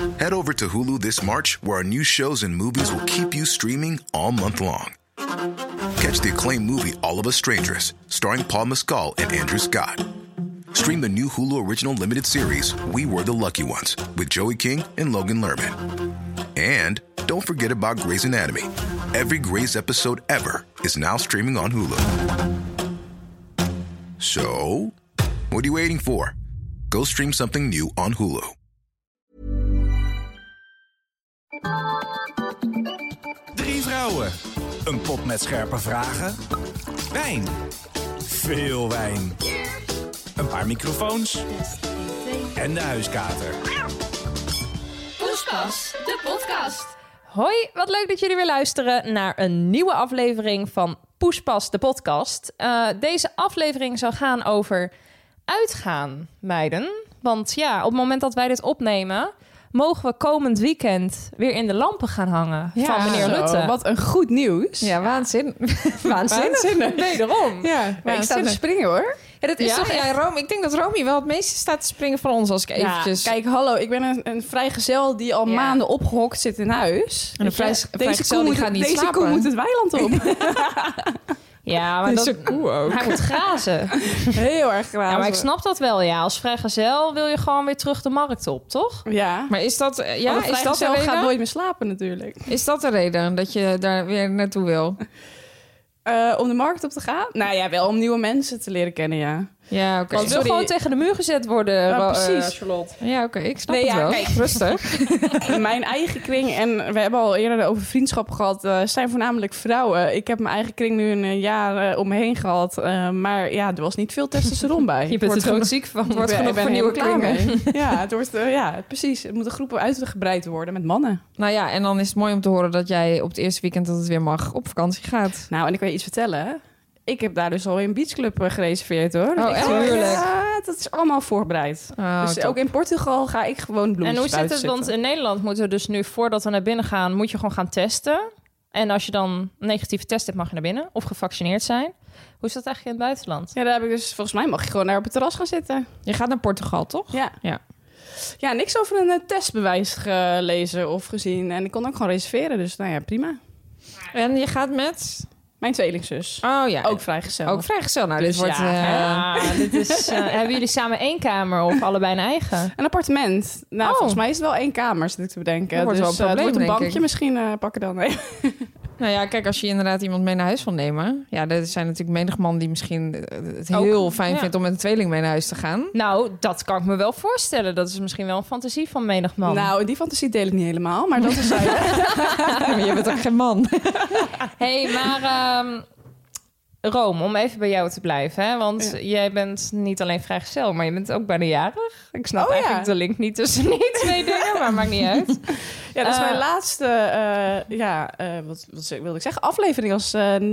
Head over to Hulu this March, where our new shows and movies will keep you streaming all month long. Catch the acclaimed movie All of Us Strangers, starring Paul Mescal and Andrew Scott. Stream the new Hulu original limited series We Were the Lucky Ones with Joey King and Logan Lerman. And don't forget about Grey's Anatomy. Every Grey's episode ever is now streaming on Hulu. So, what are you waiting for? Go stream something new on Hulu. Drie vrouwen. Een pot met scherpe vragen. Wijn. Veel wijn. Een paar microfoons. En de huiskater. Poespas, de podcast. Hoi, wat leuk dat jullie weer luisteren naar een nieuwe aflevering van Poespas, de podcast. Deze aflevering zal gaan over uitgaan, meiden. Want ja, op het moment dat wij dit opnemen, mogen we komend weekend weer in de lampen gaan hangen van meneer Rutte. Wat een goed nieuws. Ja, waanzinnig. Wederom. Ja, ik sta te springen hoor. Ja, dat is toch echt... Rome. Ik denk dat Romy wel het meeste staat te springen van ons als ik eventjes... Kijk, hallo, ik ben een vrijgezel die al maanden opgehokt zit in huis. En een vrijgezel die gaat niet deze slapen. koe moet het weiland op. Ja, maar Deze koe ook. hij moet grazen. Heel erg graag. Ja, maar ik snap dat wel, ja. Als vrijgezel wil je gewoon weer terug de markt op, toch? Ja, Maar is dat, want een is dat de vrijgezel reden? gaat nooit meer slapen natuurlijk. Is dat de reden dat je daar weer naartoe wil? Om de markt op te gaan? Nou ja, wel om nieuwe mensen te leren kennen, ja. Ja, oké. Want het wil gewoon tegen de muur gezet worden, precies. Charlotte. Ja, oké. Ik snap Nee, het ja, wel. kijk. Rustig. Mijn eigen kring, en we hebben al eerder over vriendschap gehad, zijn voornamelijk vrouwen. Ik heb mijn eigen kring nu een jaar om me heen gehad. Maar ja, er was niet veel testosteron bij. Je bent er ook ziek van. Het wordt Ik genoeg ben voor nieuwe helemaal klaar kringen. mee. Ja, het wordt, precies. Het moet een groep uitgebreid worden met mannen. Nou ja, en dan is het mooi om te horen dat jij op het eerste weekend dat het weer mag op vakantie gaat. Nou, en ik wil je iets vertellen. Ik heb daar dus al een beachclub gereserveerd, hoor. Oh, echt? Tuurlijk. Ja, dat is allemaal voorbereid. Oh, Dus top. ook in Portugal ga ik gewoon bloemetjes En hoe zit het? buiten Want zitten. in Nederland moeten we dus nu, voordat we naar binnen gaan, moet je gewoon gaan testen. En als je dan een negatieve test hebt, mag je naar binnen. Of gevaccineerd zijn. Hoe is dat eigenlijk in het buitenland? Ja, daar heb ik dus... Volgens mij mag je gewoon daar op het terras gaan zitten. Je gaat naar Portugal, toch? Ja. Ja. Ja, niks over een testbewijs gelezen of gezien. En ik kon ook gewoon reserveren, dus nou ja, prima. En je gaat met... Mijn tweelingzus. Oh ja. Ook vrijgezel. Ook vrijgezel. Nou, Dus dit wordt... Dit is, hebben jullie samen één kamer of allebei een eigen? Een appartement. Nou, volgens mij is het wel 1 kamer, zit ik te bedenken. Dat wordt dus wel een probleem, het wordt een denk bankje ik. misschien pakken dan. Nee. Nou ja, kijk, als je inderdaad iemand mee naar huis wil nemen... Ja, er zijn natuurlijk menig man die misschien het heel fijn vindt om met een tweeling mee naar huis te gaan. Nou, dat kan ik me wel voorstellen. Dat is misschien wel een fantasie van menig man. Nou, die fantasie deel ik niet helemaal, maar dat is zij. Maar je bent ook geen man. Hey, maar Rome, om even bij jou te blijven. Hè? Want jij bent niet alleen vrijgezel, maar je bent ook bijna jarig. Ik snap eigenlijk de link niet tussen die twee dingen, maar maakt niet uit. Ja, dat is mijn laatste, wat wilde ik zeggen, aflevering als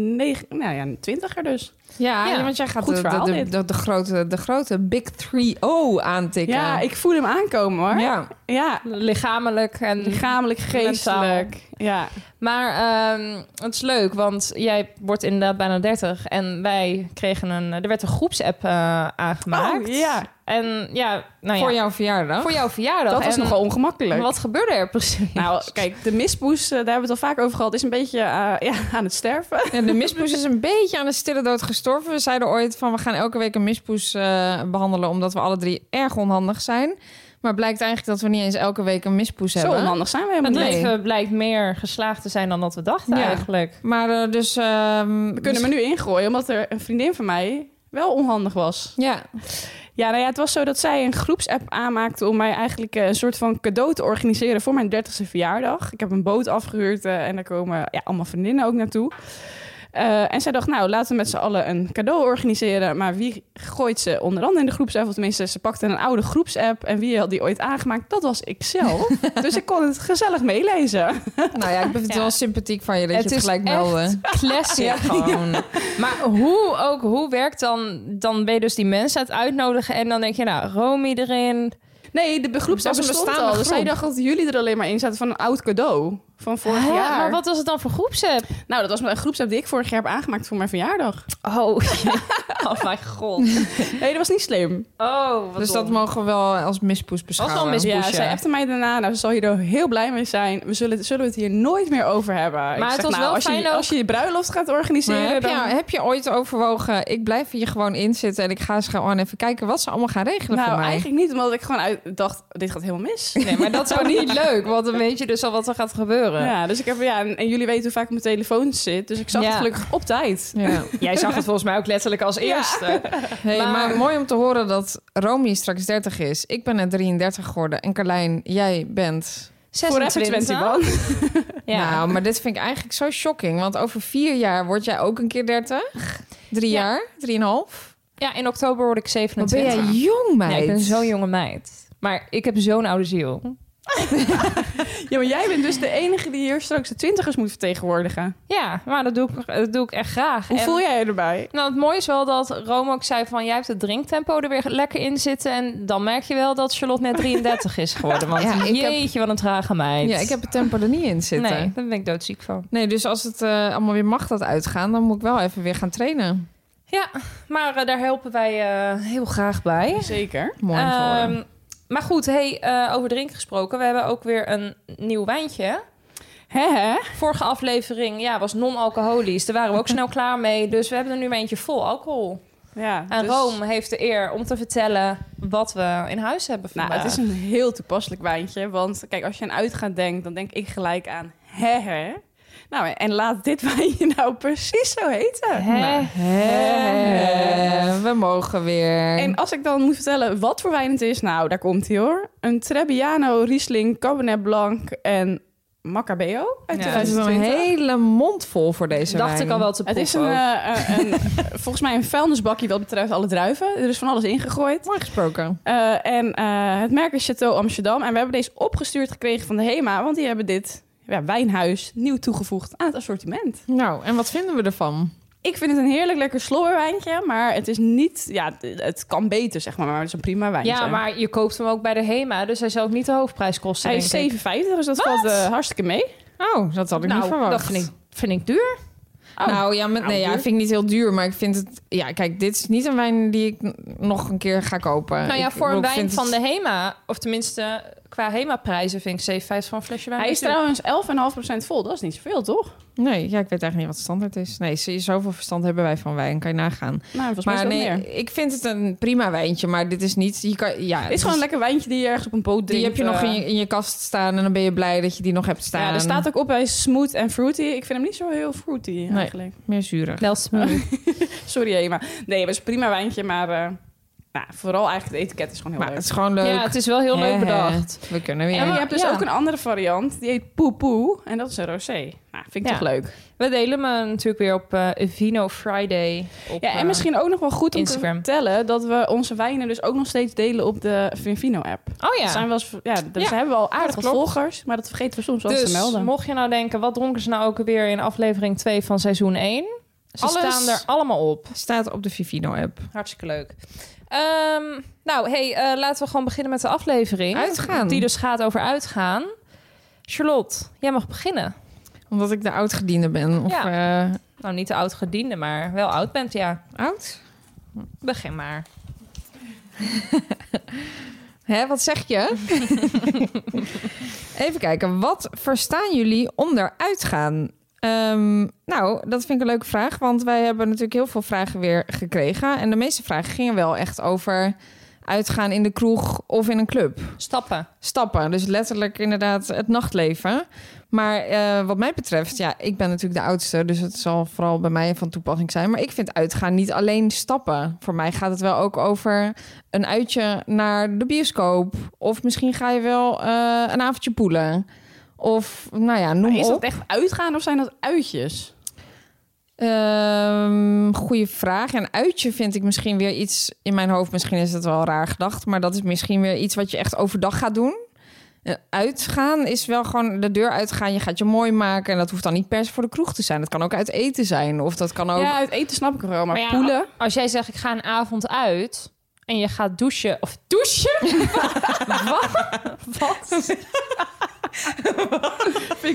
20er dus. Ja, want jij gaat goed verhaal dit. de grote Big 3-0 aantikken. Ja, ik voel hem aankomen hoor. Ja. Ja, Lichamelijk en lichamelijk, geestelijk. Ja. Maar het is leuk, want jij wordt inderdaad bijna 30. En wij kregen er werd een groepsapp aangemaakt. Oh, ja. En ja, nou ja. Voor jouw verjaardag. Voor jouw verjaardag. Dat was En nogal ongemakkelijk. wat gebeurde er precies? Nou, kijk, de mispoes, daar hebben we het al vaak over gehad, is een beetje aan het sterven. Ja, de mispoes is een beetje aan de stille dood gestorven. We zeiden ooit van we gaan elke week een mispoes behandelen... omdat we alle 3 erg onhandig zijn. Maar blijkt eigenlijk dat we niet eens elke week een mispoes Zo hebben. onhandig zijn we helemaal Het niet. leven blijkt meer geslaagd te zijn dan dat we dachten eigenlijk. Maar dus... We kunnen me nu ingooien, omdat er een vriendin van mij wel onhandig was. Ja. Ja, nou ja, het was zo dat zij een groepsapp aanmaakte om mij eigenlijk een soort van cadeau te organiseren voor mijn 30e verjaardag. Ik heb een boot afgehuurd en daar komen allemaal vriendinnen ook naartoe. En zij dacht, nou, laten we met z'n allen een cadeau organiseren. Maar wie gooit ze onder andere in de groepsapp? Of tenminste, ze pakte een oude groepsapp. En wie had die ooit aangemaakt? Dat was ik zelf. Dus ik kon het gezellig meelezen. Nou ja, ik vind het wel sympathiek van je dat je het is gelijk meldde. Classic gewoon. Maar hoe werkt dan? Dan ben je dus die mensen aan het uitnodigen. En dan denk je, nou, Romy erin. Nee, de groepsapp Dat is een bestond bestaande al. Dus zij groep. dacht dat jullie er alleen maar in zaten van een oud cadeau. van vorig jaar. Maar wat was het dan voor groepsapp? Nou, dat was een groepsapp die ik vorig jaar heb aangemaakt voor mijn verjaardag. Oh, oh mijn god. Nee, dat was niet slim. Oh, wat Dus dom. dat mogen we wel als mispoes beschouwen. Als wel mispoes. Ja, zij appte mij daarna. Nou, ze zal hier er heel blij mee zijn. Zullen we het hier nooit meer over hebben. Maar het was wel fijn ook. Als je je bruiloft gaat organiseren... Maar heb je ooit overwogen, ik blijf hier gewoon in zitten en ik ga eens gewoon even kijken wat ze allemaal gaan regelen voor Nou, mij? eigenlijk niet, omdat ik gewoon dacht, dit gaat helemaal mis. Nee, maar dat is ook niet leuk, want dan weet je dus al wat er gaat gebeuren. Ja, dus ik heb, en jullie weten hoe vaak ik op mijn telefoon zit. Dus ik zag het gelukkig op tijd. Ja. Jij zag het volgens mij ook letterlijk als eerste. Hey, maar mooi om te horen dat Romy straks 30 is. Ik ben net 33 geworden. En Carlijn, jij bent... Forever 21. Ja. Nou, maar dit vind ik eigenlijk zo shocking. Want over 4 jaar word jij ook een keer 30. 3 Ja. jaar, 3,5. Ja, in oktober word ik Wat 27. ben jij jong, meid. Ja, ik ben zo'n jonge meid. Maar ik heb zo'n oude ziel. Ja, maar jij bent dus de enige die hier straks de 20ers moet vertegenwoordigen. Ja, maar dat doe ik echt graag. Hoe voel jij je erbij? Nou, het mooie is wel dat Rome ook zei van... jij hebt het drinktempo er weer lekker in zitten. En dan merk je wel dat Charlotte net 33 is geworden. Want Ja, jeetje, wat een trage meid. Ja, ik heb het tempo er niet in zitten. Nee, daar ben ik doodziek van. Nee, dus als het allemaal weer mag dat uitgaan... dan moet ik wel even weer gaan trainen. Ja, maar daar helpen wij heel graag bij. Zeker. Mooi voor. Maar goed, over drinken gesproken. We hebben ook weer een nieuw wijntje. Hè? Vorige aflevering was non-alcoholisch. Daar waren we ook snel klaar mee. Dus we hebben er nu een eentje vol alcohol. Ja, En dus- Rome heeft de eer om te vertellen wat we in huis hebben vandaag. Nou, het is een heel toepasselijk wijntje. Want kijk, als je aan uitgaan denkt, dan denk ik gelijk aan hè. Nou, en laat dit wijntje nou precies zo heten. We mogen weer. En als ik dan moet vertellen wat voor wijn het is, nou, daar komt hij hoor. Een Trebbiano, Riesling, Cabernet Blanc en Macabeo uit Ja, Het is een 2020. hele mond vol voor deze Dacht wijn. ik al wel te Het is proeven. volgens mij een vuilnisbakje wat betreft alle druiven. Er is van alles ingegooid. Mooi gesproken. Het merk is Chateau Amsterdam. En we hebben deze opgestuurd gekregen van de HEMA, want die hebben dit wijnhuis nieuw toegevoegd aan het assortiment. Nou, en wat vinden we ervan? Ik vind het een heerlijk lekker slobberwijntje, maar het is niet... Ja, het kan beter, zeg maar het is een prima wijntje. Ja, maar je koopt hem ook bij de HEMA. Dus hij zal ook niet de hoofdprijs kosten, hij is denk ik. €7,50, dus dat valt hartstikke mee. Oh, dat had ik niet verwacht. dat vind ik duur. Nou ja, vind ik niet heel duur, maar ik vind het... Ja, kijk, dit is niet een wijn die ik nog een keer ga kopen. Nou ja, Ik voor een bedoel, ik wijn vind van het- de HEMA, of tenminste qua HEMA-prijzen, vind ik 7,50 voor een flesje wijn. Hij is duur. trouwens 11,5% vol. Dat is niet zoveel, toch? Nee, ja, ik weet eigenlijk niet wat standaard is. Nee, zoveel verstand hebben wij van wijn, kan je nagaan. Nou, volgens mij is Maar het wel nee, meer. ik vind het een prima wijntje, maar dit is niet... Je kan, ja, Dit is gewoon een lekker wijntje die je ergens op een boot Die drinkt. heb je nog in je kast staan en dan ben je blij dat je die nog hebt staan. Ja, er staat ook op, hij is smooth en fruity. Ik vind hem niet zo heel fruity, eigenlijk. Meer zuurig. Wel smooth. Sorry, Ema. Nee, het is een prima wijntje, maar... vooral eigenlijk het etiket is gewoon heel Maar leuk. het is gewoon leuk. Ja, het is wel heel leuk bedacht. We kunnen weer. En je hebt dus Ja. ook een andere variant. Die heet Poe Poe. En dat is een rosé. Nou, vind ik Ja. toch leuk. We delen me natuurlijk weer op Vino Friday. Op, Ja, en misschien ook nog wel goed om Instagram. te vertellen... dat we onze wijnen dus ook nog steeds delen op de Vinvino-app. Oh ja. Dat zijn wel eens, dus Ja, hebben we al aardig dat wat klopt. volgers. Maar dat vergeten we soms wel eens Dus te melden. mocht je nou denken, wat dronken ze nou ook weer in aflevering 2 van seizoen 1? Ze Alles- staan er allemaal op. Staat op de Vivino-app. Hartstikke leuk. Laten we gewoon beginnen met de aflevering. Uitgaan. Die dus gaat over uitgaan. Charlotte, jij mag beginnen. Omdat ik de oudgediende ben. Of Nou, niet de oud-gediende, maar wel oud bent, ja. oud? Begin maar. Hè, wat zeg je? Even kijken. Wat verstaan jullie onder uitgaan? Nou, dat vind ik een leuke vraag. Want wij hebben natuurlijk heel veel vragen weer gekregen. En de meeste vragen gingen wel echt over uitgaan in de kroeg of in een club. Stappen. Dus letterlijk inderdaad het nachtleven. Maar wat mij betreft, ja, ik ben natuurlijk de oudste. Dus het zal vooral bij mij van toepassing zijn. Maar ik vind uitgaan niet alleen stappen. Voor mij gaat het wel ook over een uitje naar de bioscoop. Of misschien ga je wel een avondje poelen. Of, nou ja, noem Maar is op. dat echt uitgaan of zijn dat uitjes? Goeie vraag. En uitje vind ik misschien weer iets in mijn hoofd. Misschien is het wel raar gedacht, maar dat is misschien weer iets wat je echt overdag gaat doen. Uitgaan is wel gewoon de deur uitgaan. Je gaat je mooi maken en dat hoeft dan niet per se voor de kroeg te zijn. Dat kan ook uit eten zijn of dat kan ook. Ja, uit eten snap ik wel. Maar ja, poelen... Als jij zegt, ik ga een avond uit en je gaat douchen... Of douchen? Wat? vind ik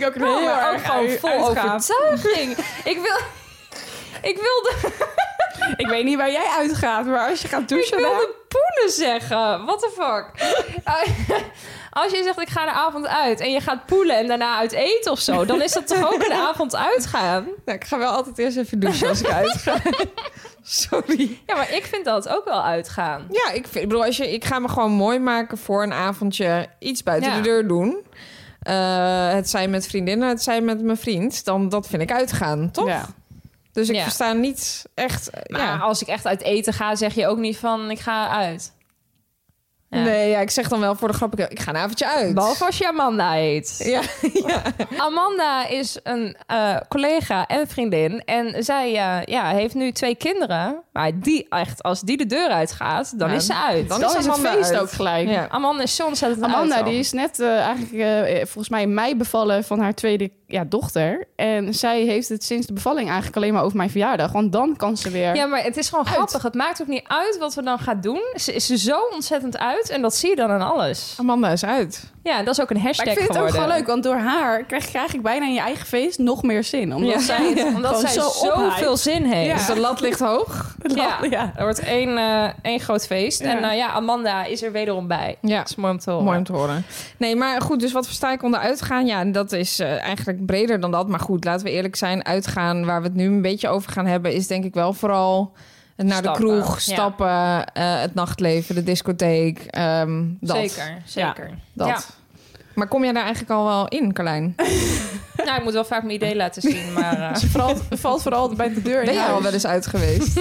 ik ook Oh, heel maar ook erg gewoon vol uitgaan. overtuiging. Ik wilde Ik weet niet waar jij uitgaat, maar als je gaat douchen... Ik wilde poelen zeggen. What the fuck? Als je zegt, ik ga de avond uit en je gaat poelen en daarna uit eten of zo, dan is dat toch ook een avond uitgaan? Nou, ik ga wel altijd eerst even douchen als ik uitga. Sorry. Ja, maar ik vind dat ook wel uitgaan. Ja, ik bedoel, ik ga me gewoon mooi maken voor een avondje iets buiten Ja. de deur doen. Het zijn met vriendinnen, het zijn met mijn vriend. Dan dat vind ik uitgaan, toch? Ja. Dus ik Ja. versta niet echt... Maar als ik echt uit eten ga, zeg je ook niet van, ik ga uit. Ja. Nee, ja, ik zeg dan wel voor de grap, ik ga een avondje uit. Behalve als je Amanda heet. Ja, ja. Amanda is een collega en vriendin. En zij heeft nu 2 kinderen. Maar die echt, als die de deur uitgaat, dan Ja, is ze uit. dan Dan is is het Amanda feest uit. ook gelijk. Ja. Amanda is zo ontzettend Amanda, uit al. die is net eigenlijk volgens mij in mei bevallen van haar tweede dochter. En zij heeft het sinds de bevalling eigenlijk alleen maar over mijn verjaardag. Want dan kan ze weer... Ja, maar het is gewoon grappig. Het maakt ook niet uit wat we dan gaan doen. Ze is er zo ontzettend uit en dat zie je dan aan alles. Amanda is uit. Ja, dat is ook een hashtag Maar ik vind het ook geworden. gewoon leuk, want door haar krijg ik bijna in je eigen feest nog meer zin. Omdat Ja. zij, Omdat zij zoveel zin heeft. Dus de lat ligt hoog. Ja, er wordt één groot feest. Ja. En Amanda is er wederom bij. Ja. Dat is mooi om te horen. Mooi om te horen. Nee, maar goed, dus wat versta ik onder uitgaan? Ja, dat is eigenlijk breder dan dat. Maar goed, laten we eerlijk zijn. Uitgaan, waar we het nu een beetje over gaan hebben, is denk ik wel vooral naar Stappen, de kroeg, ja. stappen, het nachtleven, de discotheek. Dat. Zeker. Dat. Ja. Maar kom jij daar eigenlijk al wel in, Carlijn? Nou, ik moet wel vaak mijn idee laten zien, maar... valt vooral bij de deur in Ben jij huis. al wel eens uit geweest?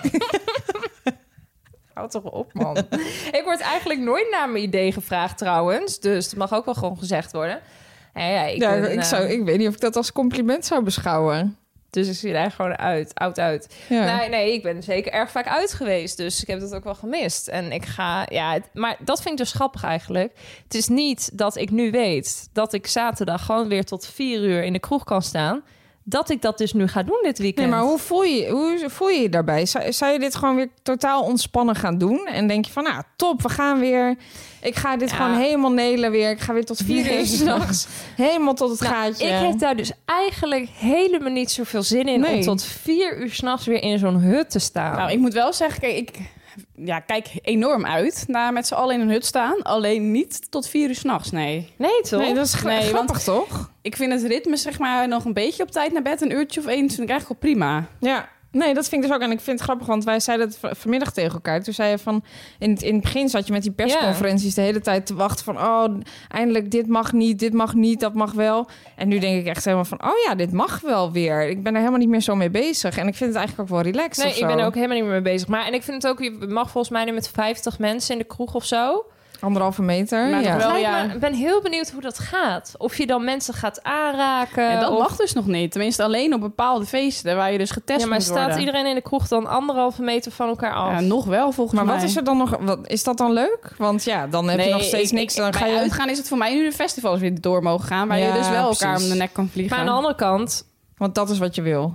Houd toch op, man. Ik word eigenlijk nooit naar mijn idee gevraagd, trouwens. Dus dat mag ook wel gewoon gezegd worden. Ik weet niet of ik dat als compliment zou beschouwen. Dus ik zie er eigenlijk gewoon oud uit. Ja. Nee, ik ben zeker erg vaak uit geweest. Dus ik heb dat ook wel gemist. En ik ga... maar dat vind ik dus grappig eigenlijk. Het is niet dat ik nu weet dat ik zaterdag gewoon weer tot 4 uur in de kroeg kan staan. Dat ik dat dus nu ga doen dit weekend. Nee, maar hoe voel je je daarbij? Zou je dit gewoon weer totaal ontspannen gaan doen? En denk je van, nou, top, we gaan weer... Ik ga dit gewoon helemaal nelen weer. Ik ga weer tot 4 uur 's nachts. Helemaal tot het gaatje. Ik heb daar dus eigenlijk helemaal niet zoveel zin in... om tot 4 uur 's nachts weer in zo'n hut te staan. Nou, ik moet wel zeggen, kijk, ik kijk enorm uit naar met z'n allen in een hut staan. Alleen niet tot 4 uur 's nachts, nee. Nee, toch? Nee, dat is grappig, toch? Ik vind het ritme, zeg maar, nog een beetje op tijd naar bed. Een uurtje of 1 vind ik eigenlijk wel prima. Ja, nee, dat vind ik dus ook. En ik vind het grappig, want wij zeiden het vanmiddag tegen elkaar. Toen zei je van, in het begin zat je met die persconferenties de hele tijd te wachten van, oh, eindelijk dit mag niet, dat mag wel. En nu denk ik echt helemaal van, oh ja, dit mag wel weer. Ik ben er helemaal niet meer zo mee bezig. En ik vind het eigenlijk ook wel relaxed. Nee, ik ben er ook helemaal niet meer mee bezig. Maar en ik vind het ook, je mag volgens mij nu met 50 mensen in de kroeg of zo. 1,5 meter. Maar ja. toch wel, Ik ben heel benieuwd hoe dat gaat. Of je dan mensen gaat aanraken. En dat of... mag dus nog niet. Tenminste, alleen op bepaalde feesten waar je dus getest Ja, maar moet worden. staat iedereen in de kroeg dan 1,5 meter van elkaar af? Ja, nog wel, volgens Maar mij. wat is er dan nog? Is dat dan leuk? Want ja, dan heb je nog steeds niks. Dan ga bij je uitgaan is het voor mij nu de festivals weer door mogen gaan. Waar Ja, je dus wel elkaar precies. om de nek kan vliegen. Maar aan de andere kant... Want dat is wat je wil.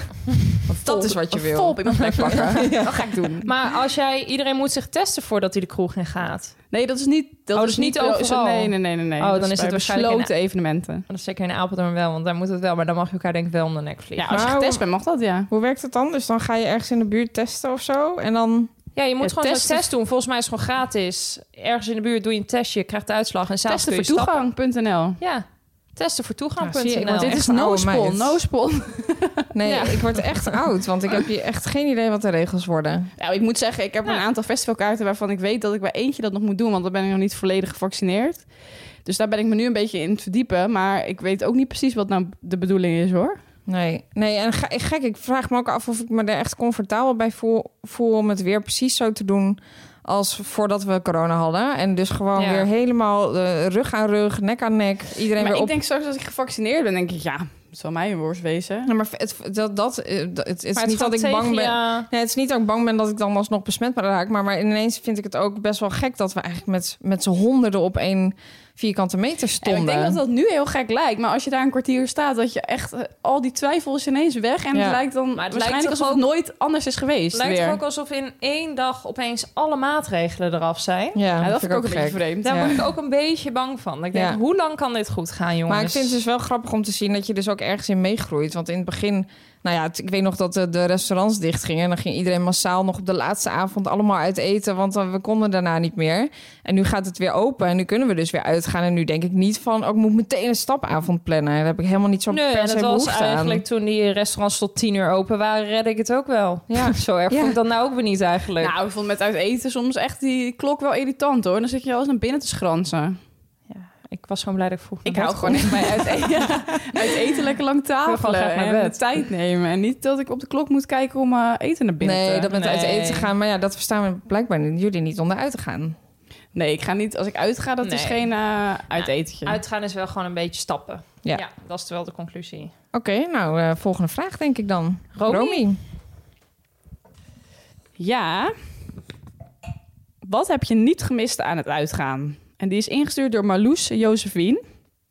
Dat is wat je wil. Vol op iemand plek pakken. Dat ga ik doen. Maar als iedereen moet zich testen voordat hij de kroeg in gaat. Nee, dat is niet... Dat is niet overal? Nee. Oh, dan is het bij waarschijnlijk besloten evenementen. Dat is zeker in Apeldoorn wel, want daar moet het wel. Maar dan mag je elkaar denk ik wel om de nek vliegen. Ja, als je Maar getest bent, mag dat, ja. Hoe werkt het dan? Dus dan ga je ergens in de buurt testen of zo? En dan... Ja, je moet gewoon zo'n testen- test doen. Volgens mij is het gewoon gratis. Ergens in de buurt doe je een testje, je krijgt de uitslag. En s'avonds kun je stappen. Testenvoortoegang.nl. Ja, testen voor toegang.nl. Ja, zie je, want Dit echt is een oude no-spon, meid. no-spon. Nee, Ja. ik word echt oud. Want ik heb hier echt geen idee wat de regels worden. Nou, ik moet zeggen, ik heb een aantal festivalkaarten waarvan ik weet dat ik bij eentje dat nog moet doen, want dan ben ik nog niet volledig gevaccineerd. Dus daar ben ik me nu een beetje in het verdiepen. Maar ik weet ook niet precies wat nou de bedoeling is, hoor. Nee, en gek, ik vraag me ook af of ik me er echt comfortabel bij voel om het weer precies zo te doen als voordat we corona hadden. En dus gewoon weer helemaal rug aan rug, nek aan nek. Iedereen Maar weer ik op. denk straks als ik gevaccineerd ben, denk ik, ja, het zal mij een worst wezen. Ja, maar het is Maar niet dat ik bang ben. Ja. Nee, het is niet dat ik bang ben dat ik dan alsnog besmet raak. Maar ineens vind ik het ook best wel gek dat we eigenlijk met z'n honderden op één vierkante meter En stonden. ik denk dat dat nu heel gek lijkt. Maar als je daar een kwartier staat, dat je echt al die twijfels ineens weg. En Ja. het lijkt dan Maar het waarschijnlijk lijkt toch alsof het nooit anders is geweest. Het lijkt weer. toch ook alsof in 1 dag opeens alle maatregelen eraf zijn. Ja, dat vind ik ook een beetje vreemd. Daar Ja. word ik ook een beetje bang van. Dat ik denk, Ja. hoe lang kan dit goed gaan, jongens? Maar ik vind het dus wel grappig om te zien dat je dus ook ergens in meegroeit. Want in het begin, nou ja, ik weet nog dat de restaurants dichtgingen. En dan ging iedereen massaal nog op de laatste avond allemaal uit eten. Want we konden daarna niet meer. En nu gaat het weer open. En nu kunnen we dus weer uitgaan. En nu denk ik niet van, ik moet meteen een stapavond plannen. Daar heb ik helemaal niet zo Nee, per en se dat was behoefte aan. eigenlijk toen die restaurants tot 10 uur open waren, redde ik het ook wel. Ja. Zo erg Ja. vond ik dat nou ook weer niet eigenlijk. Nou, ik vond met uit eten soms echt die klok wel irritant hoor. Dan zit je al eens naar binnen te schransen. Ik was gewoon blij dat ik vroeg Ik naar hou bed gewoon kon. echt bij uit eten lekker lang wil gewoon tafelen graag naar en bed. de tijd nemen. En niet dat ik op de klok moet kijken om eten naar binnen Nee, te... dat met uit Nee. eten gaan. Maar ja, dat verstaan we blijkbaar jullie niet onder uit te gaan. Nee, ik ga niet... Als ik uitga, dat is Nee. geen uitetentje. Uitgaan is wel gewoon een beetje stappen. Ja. Ja, dat is wel de conclusie. Oké, nou, volgende vraag denk ik dan. Romy? Ja. Wat heb je niet gemist aan het uitgaan? En die is ingestuurd door Marloes Josephine.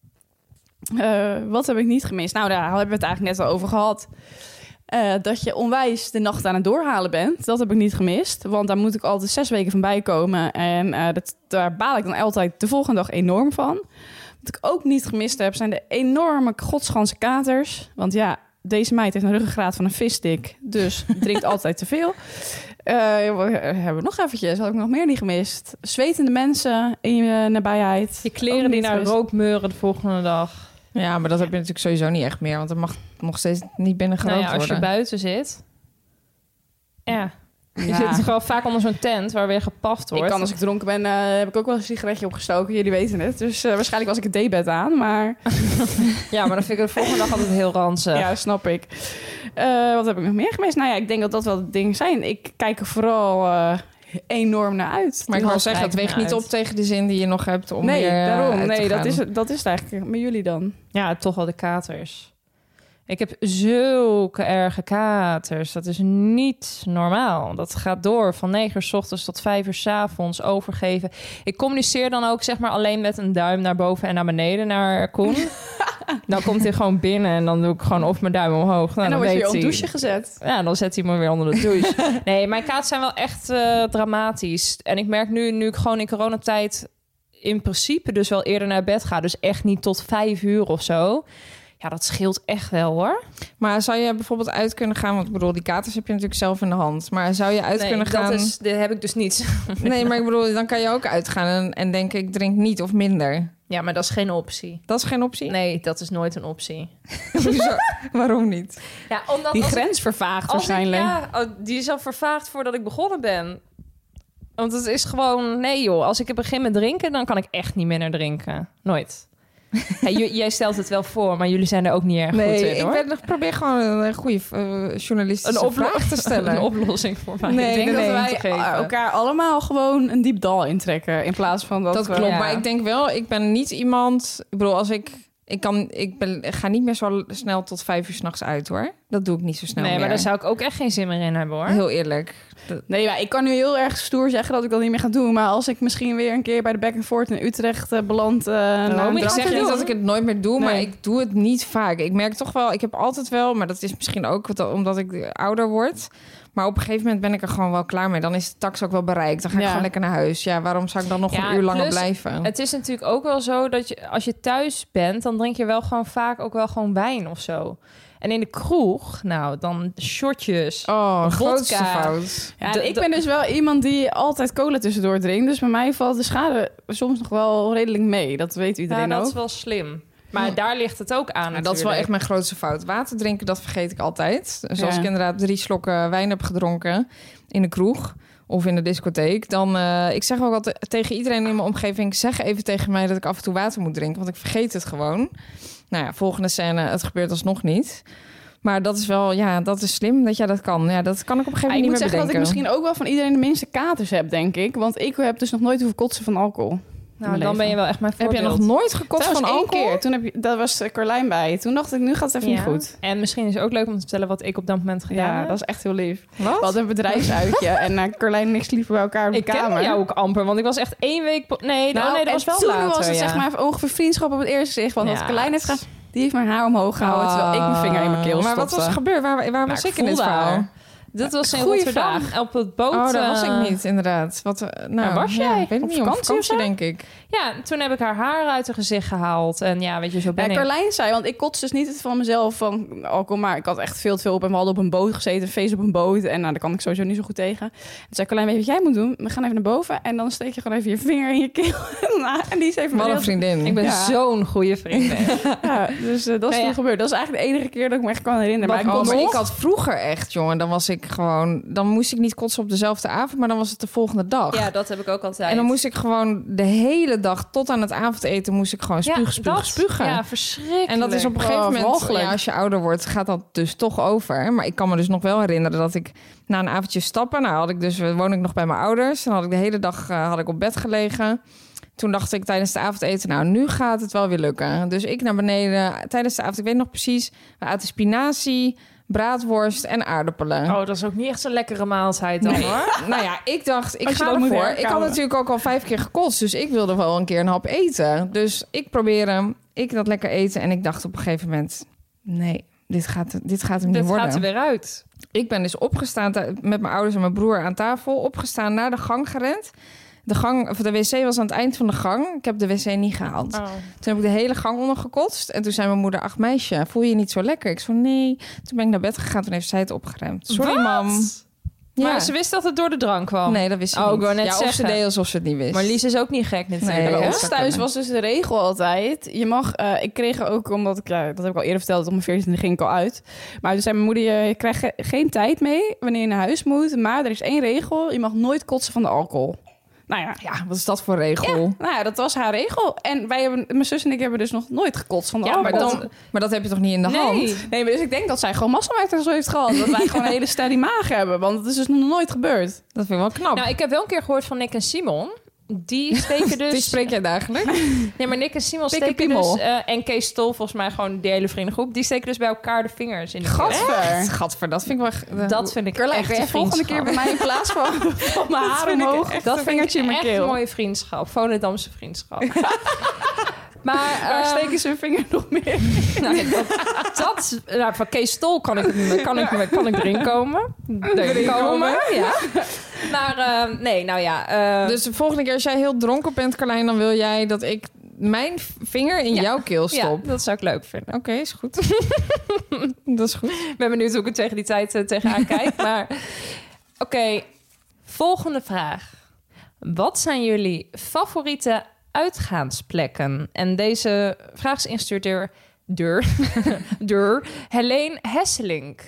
Wat heb ik niet gemist? Nou, daar hebben we het eigenlijk net al over gehad. Dat je onwijs de nacht aan het doorhalen bent. Dat heb ik niet gemist. Want daar moet ik altijd 6 weken van bij komen. En daar baal ik dan altijd de volgende dag enorm van. Wat ik ook niet gemist heb, zijn de enorme godsganse katers. Want ja, deze meid heeft een ruggengraat van een visstick. Dus drinkt altijd te veel. Hebben we nog eventjes. Had ik nog meer niet gemist. Zwetende mensen in je nabijheid. Je Ook kleren die niet naar gemist. rook meuren de volgende dag. Ja, maar dat heb je natuurlijk sowieso niet echt meer. Want er mag nog steeds niet binnen gerookt Nou ja, als je worden. buiten zit. Ja. Je Ja. zit gewoon vaak onder zo'n tent waar weer gepaft wordt. Ik kan als ik dronken ben, heb ik ook wel een sigaretje opgestoken. Jullie weten het. Dus waarschijnlijk was ik het daybed aan. Maar Ja, maar dan vind ik de volgende dag altijd heel ranzig. ja, snap ik. Wat heb ik nog meer gemist? Nou ja, ik denk dat dat wel de dingen zijn. Ik kijk er vooral enorm naar uit. Maar ik Heel wil zeggen, het kijk weegt naar niet uit. op tegen de zin die je nog hebt om Nee, weer daarom. uit te Nee, gaan. dat is het eigenlijk met jullie dan. Ja, toch wel de katers. Ik heb zulke erge katers. Dat is niet normaal. Dat gaat door van 9 uur 's ochtends tot 5 uur 's avonds overgeven. Ik communiceer dan ook zeg maar alleen met een duim naar boven en naar beneden naar Koen. Dan komt hij gewoon binnen en dan doe ik gewoon of mijn duim omhoog. Nou, en dan word je weet weer op hij. douche gezet. Ja, dan zet hij me weer onder de douche. Nee, mijn katers zijn wel echt dramatisch. En ik merk nu ik gewoon in coronatijd in principe dus wel eerder naar bed ga. Dus echt niet tot 5 uur of zo. Ja, dat scheelt echt wel hoor. Maar zou je bijvoorbeeld uit kunnen gaan? Want ik bedoel, die katers heb je natuurlijk zelf in de hand. Maar zou je uit kunnen gaan? Dat heb ik dus niet. Nee, maar ik bedoel, dan kan je ook uitgaan en denken, ik drink niet of minder. Ja, maar dat is geen optie. Dat is geen optie? Nee, dat is nooit een optie. Hoezo? Waarom niet? Ja, omdat Die als ik- grens vervaagt als ik- waarschijnlijk. die is al vervaagd voordat ik begonnen ben. Want het is gewoon... Nee joh, als ik begin met drinken, dan kan ik echt niet minder drinken. Nooit. Ja, jij stelt het wel voor, maar jullie zijn er ook niet erg goed Nee, in, hoor. ik probeer gewoon een goede journalistische vraag te stellen. Een oplossing voor mij. Nee, Ik denk nee, dat nee. wij elkaar allemaal gewoon een diep dal intrekken. In plaats van dat Dat we... klopt, Ja. maar ik denk wel, ik ben niet iemand... Ik bedoel, als ik ga niet meer zo snel tot 5 uur 's nachts uit, hoor. Dat doe ik niet zo snel Nee, meer. maar daar zou ik ook echt geen zin meer in hebben, hoor. Heel eerlijk. Nee, maar ik kan nu heel erg stoer zeggen dat ik dat niet meer ga doen. Maar als ik misschien weer een keer bij de Back and Forth in Utrecht beland... na een Ik drankje- zeg niet dat ik het nooit meer doe, maar Nee. ik doe het niet vaak. Ik merk toch wel, ik heb altijd wel... Maar dat is misschien ook omdat ik ouder word. Maar op een gegeven moment ben ik er gewoon wel klaar mee. Dan is de tax ook wel bereikt. Dan ga ik Ja. gewoon lekker naar huis. Ja, waarom zou ik dan nog Ja, een uur langer plus, blijven? Het is natuurlijk ook wel zo dat je, als je thuis bent, dan drink je wel gewoon vaak ook wel gewoon wijn of zo. En in de kroeg, nou, dan shotjes. Oh, vodka. grootste fout. Ja, De- ik ben dus wel iemand die altijd cola tussendoor drinkt. Dus bij mij valt de schade soms nog wel redelijk mee. Dat weet iedereen Ja, dat ook. is wel slim. Maar daar ligt het ook aan. Nou, dat is wel echt mijn grootste fout. Water drinken, dat vergeet ik altijd. Dus als Ja. ik inderdaad 3 slokken wijn heb gedronken in de kroeg of in de discotheek, dan... ik zeg ook altijd tegen iedereen in mijn omgeving, zeg even tegen mij dat ik af en toe water moet drinken, want ik vergeet het gewoon. Nou ja, volgende scène, het gebeurt alsnog niet. Maar dat is wel, ja, dat is slim dat jij dat kan. Ja, dat kan ik op een gegeven Ik moment moet niet meer zeggen dat ik bedenken. misschien ook wel van iedereen de minste katers heb, denk ik. Want ik heb dus nog nooit hoeven kotsen van alcohol. Nou, dan ben je wel echt mijn Heb voorbeeld. je nog nooit gekotst van Trouwens, alcohol? één keer. Toen dat was Carlijn bij. Toen dacht ik, nu gaat het even niet goed. En misschien is het ook leuk om te vertellen wat ik op dat moment gedaan Ja, heb. dat is echt heel lief. Wat? We hadden een bedrijfsuitje en Carlijn en ik sliepen bij elkaar op de Ik kamer. ken jou ook amper, want ik was echt 1 week... Nee, dat en was wel toen later, was het ja. zeg maar ongeveer vriendschap op het eerste zicht. Want Ja, wat Carlijn heeft gedaan, die heeft mijn haar omhoog gehouden... terwijl ik mijn vinger in mijn keel Maar stopte. wat was er gebeurd? Waar was ik in dit voelde verhaal? haar. Dat was in Goeie Rotterdam, op het boot. Oh, dat was ik niet, inderdaad. Wat, Waar was jij? Ik weet Op het niet, op vakantie of vakantie, zo? denk ik. Ja, toen heb ik haar haar uit haar gezicht gehaald. En ja, weet je, zo ben ik. Carlijn zei, want ik kots dus niet van mezelf van alcohol, maar ik had echt veel te veel op en we hadden op een boot gezeten, een feest op een boot en nou, daar kan ik sowieso niet zo goed tegen. Toen zei Carlijn, weet je wat jij moet doen? We gaan even naar boven en dan steek je gewoon even je vinger in je keel. En die is even Wat een heel- vriendin. Ik ben Ja. zo'n goede vriendin. Ja, dus dat is Nou ja. toen gebeurd. Dat is eigenlijk de enige keer dat ik me echt kan herinneren. Maar ik Maar kon ik nog... had vroeger echt, jongen, dan moest ik niet kotsen op dezelfde avond, maar dan was het de volgende dag. Ja, dat heb ik ook altijd. En dan moest ik gewoon de hele dag tot aan het avondeten moest ik gewoon spugen. Ja, verschrikkelijk. En dat is op een gegeven moment, walgelijk. ja, als je ouder wordt, gaat dat dus toch over. Maar ik kan me dus nog wel herinneren dat ik na een avondje stappen, woon ik nog bij mijn ouders. Dan had ik de hele dag had ik op bed gelegen. Toen dacht ik tijdens de avondeten, nou, nu gaat het wel weer lukken. Dus ik naar beneden tijdens de avond, ik weet nog precies, we aten spinazie, braadworst en aardappelen. Oh, dat is ook niet echt zo'n lekkere maaltijd dan, hoor. Nou ja, ik dacht, ik Als je ga dat moet ervoor. werken, Ik had ouwe. natuurlijk ook al 5 keer gekotst, dus ik wilde wel een keer een hap eten. Dus ik probeerde, ik dat lekker eten en ik dacht op een gegeven moment, nee, dit gaat hem niet Dit worden. gaat er weer uit. Ik ben dus opgestaan met mijn ouders en mijn broer aan tafel, opgestaan, naar de gang gerend. De wc was aan het eind van de gang. Ik heb de wc niet gehaald. Oh. Toen heb ik de hele gang ondergekotst. En toen zei mijn moeder, ach meisje, voel je je niet zo lekker? Ik zo, nee. Toen ben ik naar bed gegaan, toen heeft zij het opgeremd. Sorry, Wat? mam. Ja. Maar ze wist dat het door de drank kwam. Nee, dat wist ze Oh, niet. ik wou net Of ze zeggen. deed alsof ze het niet wist. Maar Lies is ook niet gek natuurlijk. Nee, Bij ja. ons zou thuis kunnen. was dus de regel altijd. Je mag, ik kreeg er ook, omdat ik, ja, dat heb ik al eerder verteld, op mijn 14e ging ik al uit. Maar toen zei mijn moeder, je krijgt geen tijd mee wanneer je naar huis moet. Maar er is 1 regel, je mag nooit kotsen van de alcohol. Nou ja, Ja, wat is dat voor regel? nou ja, dat was haar regel. En mijn zus en ik hebben dus nog nooit gekotst van de Ja, maar alcohol. Maar dat heb je toch niet in de hand? Nee, maar dus ik denk dat zij gewoon massa met haar zo heeft gehad. Dat wij gewoon een hele steady maag hebben. Want het is dus nog nooit gebeurd. Dat vind ik wel knap. Nou, ik heb wel een keer gehoord van Nick en Simon. Die steken dus... Die spreek jij dagelijks? Nee, maar Nick en Simon Dikke steken piemel. dus... en Kees Stol, volgens mij gewoon die hele vriendengroep. Die steken dus bij elkaar de vingers in de keel. Gadver. Gadver, dat vind ik wel... Dat vind ik Carlijn, echt kun jij volgende keer bij mij in plaats van mijn haar omhoog, dat vingertje in mijn echt keel. een mooie vriendschap. Volendamse vriendschap. Maar Waar steken ze hun vinger nog meer? van Kees Stol kan ik erin komen. Erin komen, ja. Maar nee, nou ja. Dus de volgende keer als jij heel dronken bent, Carlijn, dan wil jij dat ik mijn vinger in jouw keel stop. ja, dat zou ik leuk vinden. Oké, is goed. Dat is goed. Ik ben benieuwd hoe ik er tegen die tijd tegenaan kijk. Maar oké, volgende vraag. Wat zijn jullie favoriete uitgaansplekken? En deze vraag is ingestuurd door Helene Hesselink.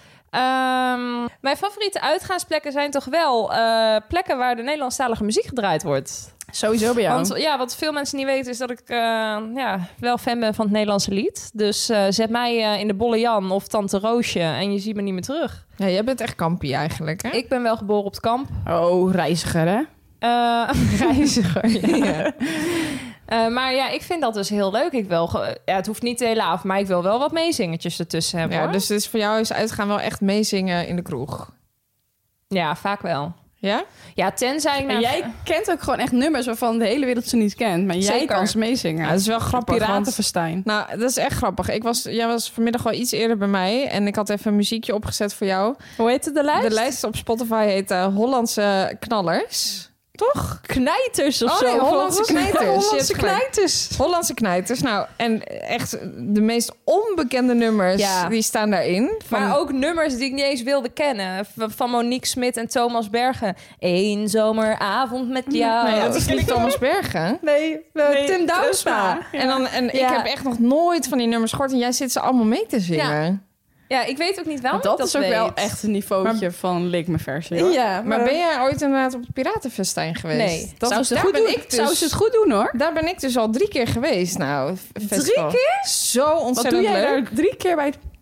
Mijn favoriete uitgaansplekken zijn toch wel plekken waar de Nederlandstalige muziek gedraaid wordt. Sowieso bij jou. Want ja, wat veel mensen niet weten is dat ik wel fan ben van het Nederlandse lied. Dus zet mij in de Bolle Jan of Tante Roosje en je ziet me niet meer terug. Ja, jij bent echt kampie eigenlijk, hè? Ik ben wel geboren op het kamp. Oh, reiziger, hè? Reiziger, ja. Maar ja, ik vind dat dus heel leuk. Het hoeft niet de hele avond, maar ik wil wel wat meezingertjes ertussen hebben. Ja, hoor. dus het is voor jou is uitgaan wel echt meezingen in de kroeg. Ja, vaak wel. Ja? Ja, tenzij ik En naar... jij kent ook gewoon echt nummers waarvan de hele wereld ze niet kent. Maar jij Zeker. kan ze meezingen. Ja, dat is wel grappig. want- Piratenfestijn. Nou, dat is echt grappig. Jij was vanmiddag al iets eerder bij mij en ik had even een muziekje opgezet voor jou. Hoe heet het, de lijst? De lijst op Spotify heet Hollandse Knallers. Toch? Knijters of Oh, zo. nee, Hollandse Knijters. Je Hollandse hebt gelijk. Knijters. Hollandse Knijters. Nou, en echt de meest onbekende nummers, Ja. die staan daarin. Maar ook nummers die ik niet eens wilde kennen. Van Monique Smit en Thomas Bergen. Eén zomeravond met jou. Nee, dat is niet Thomas Bergen. Nee, Tim Douwsma. En ik Ja. heb echt nog nooit van die nummers gehoord. En jij zit ze allemaal mee te zingen. Ja, ik weet ook niet waarom Dat ik dat is ook weet. wel echt een niveautje van Leek me versie. hoor. Ja, Maar ben jij ooit inderdaad op het Piratenfestijn geweest? Nee. Zou ze het daar goed ben doen? ik dus- Zou ze het goed doen, hoor? Daar ben ik dus al 3 keer geweest. Nou, festival. 3 keer? Zo Wat ontzettend doe jij leuk. daar 3 keer bij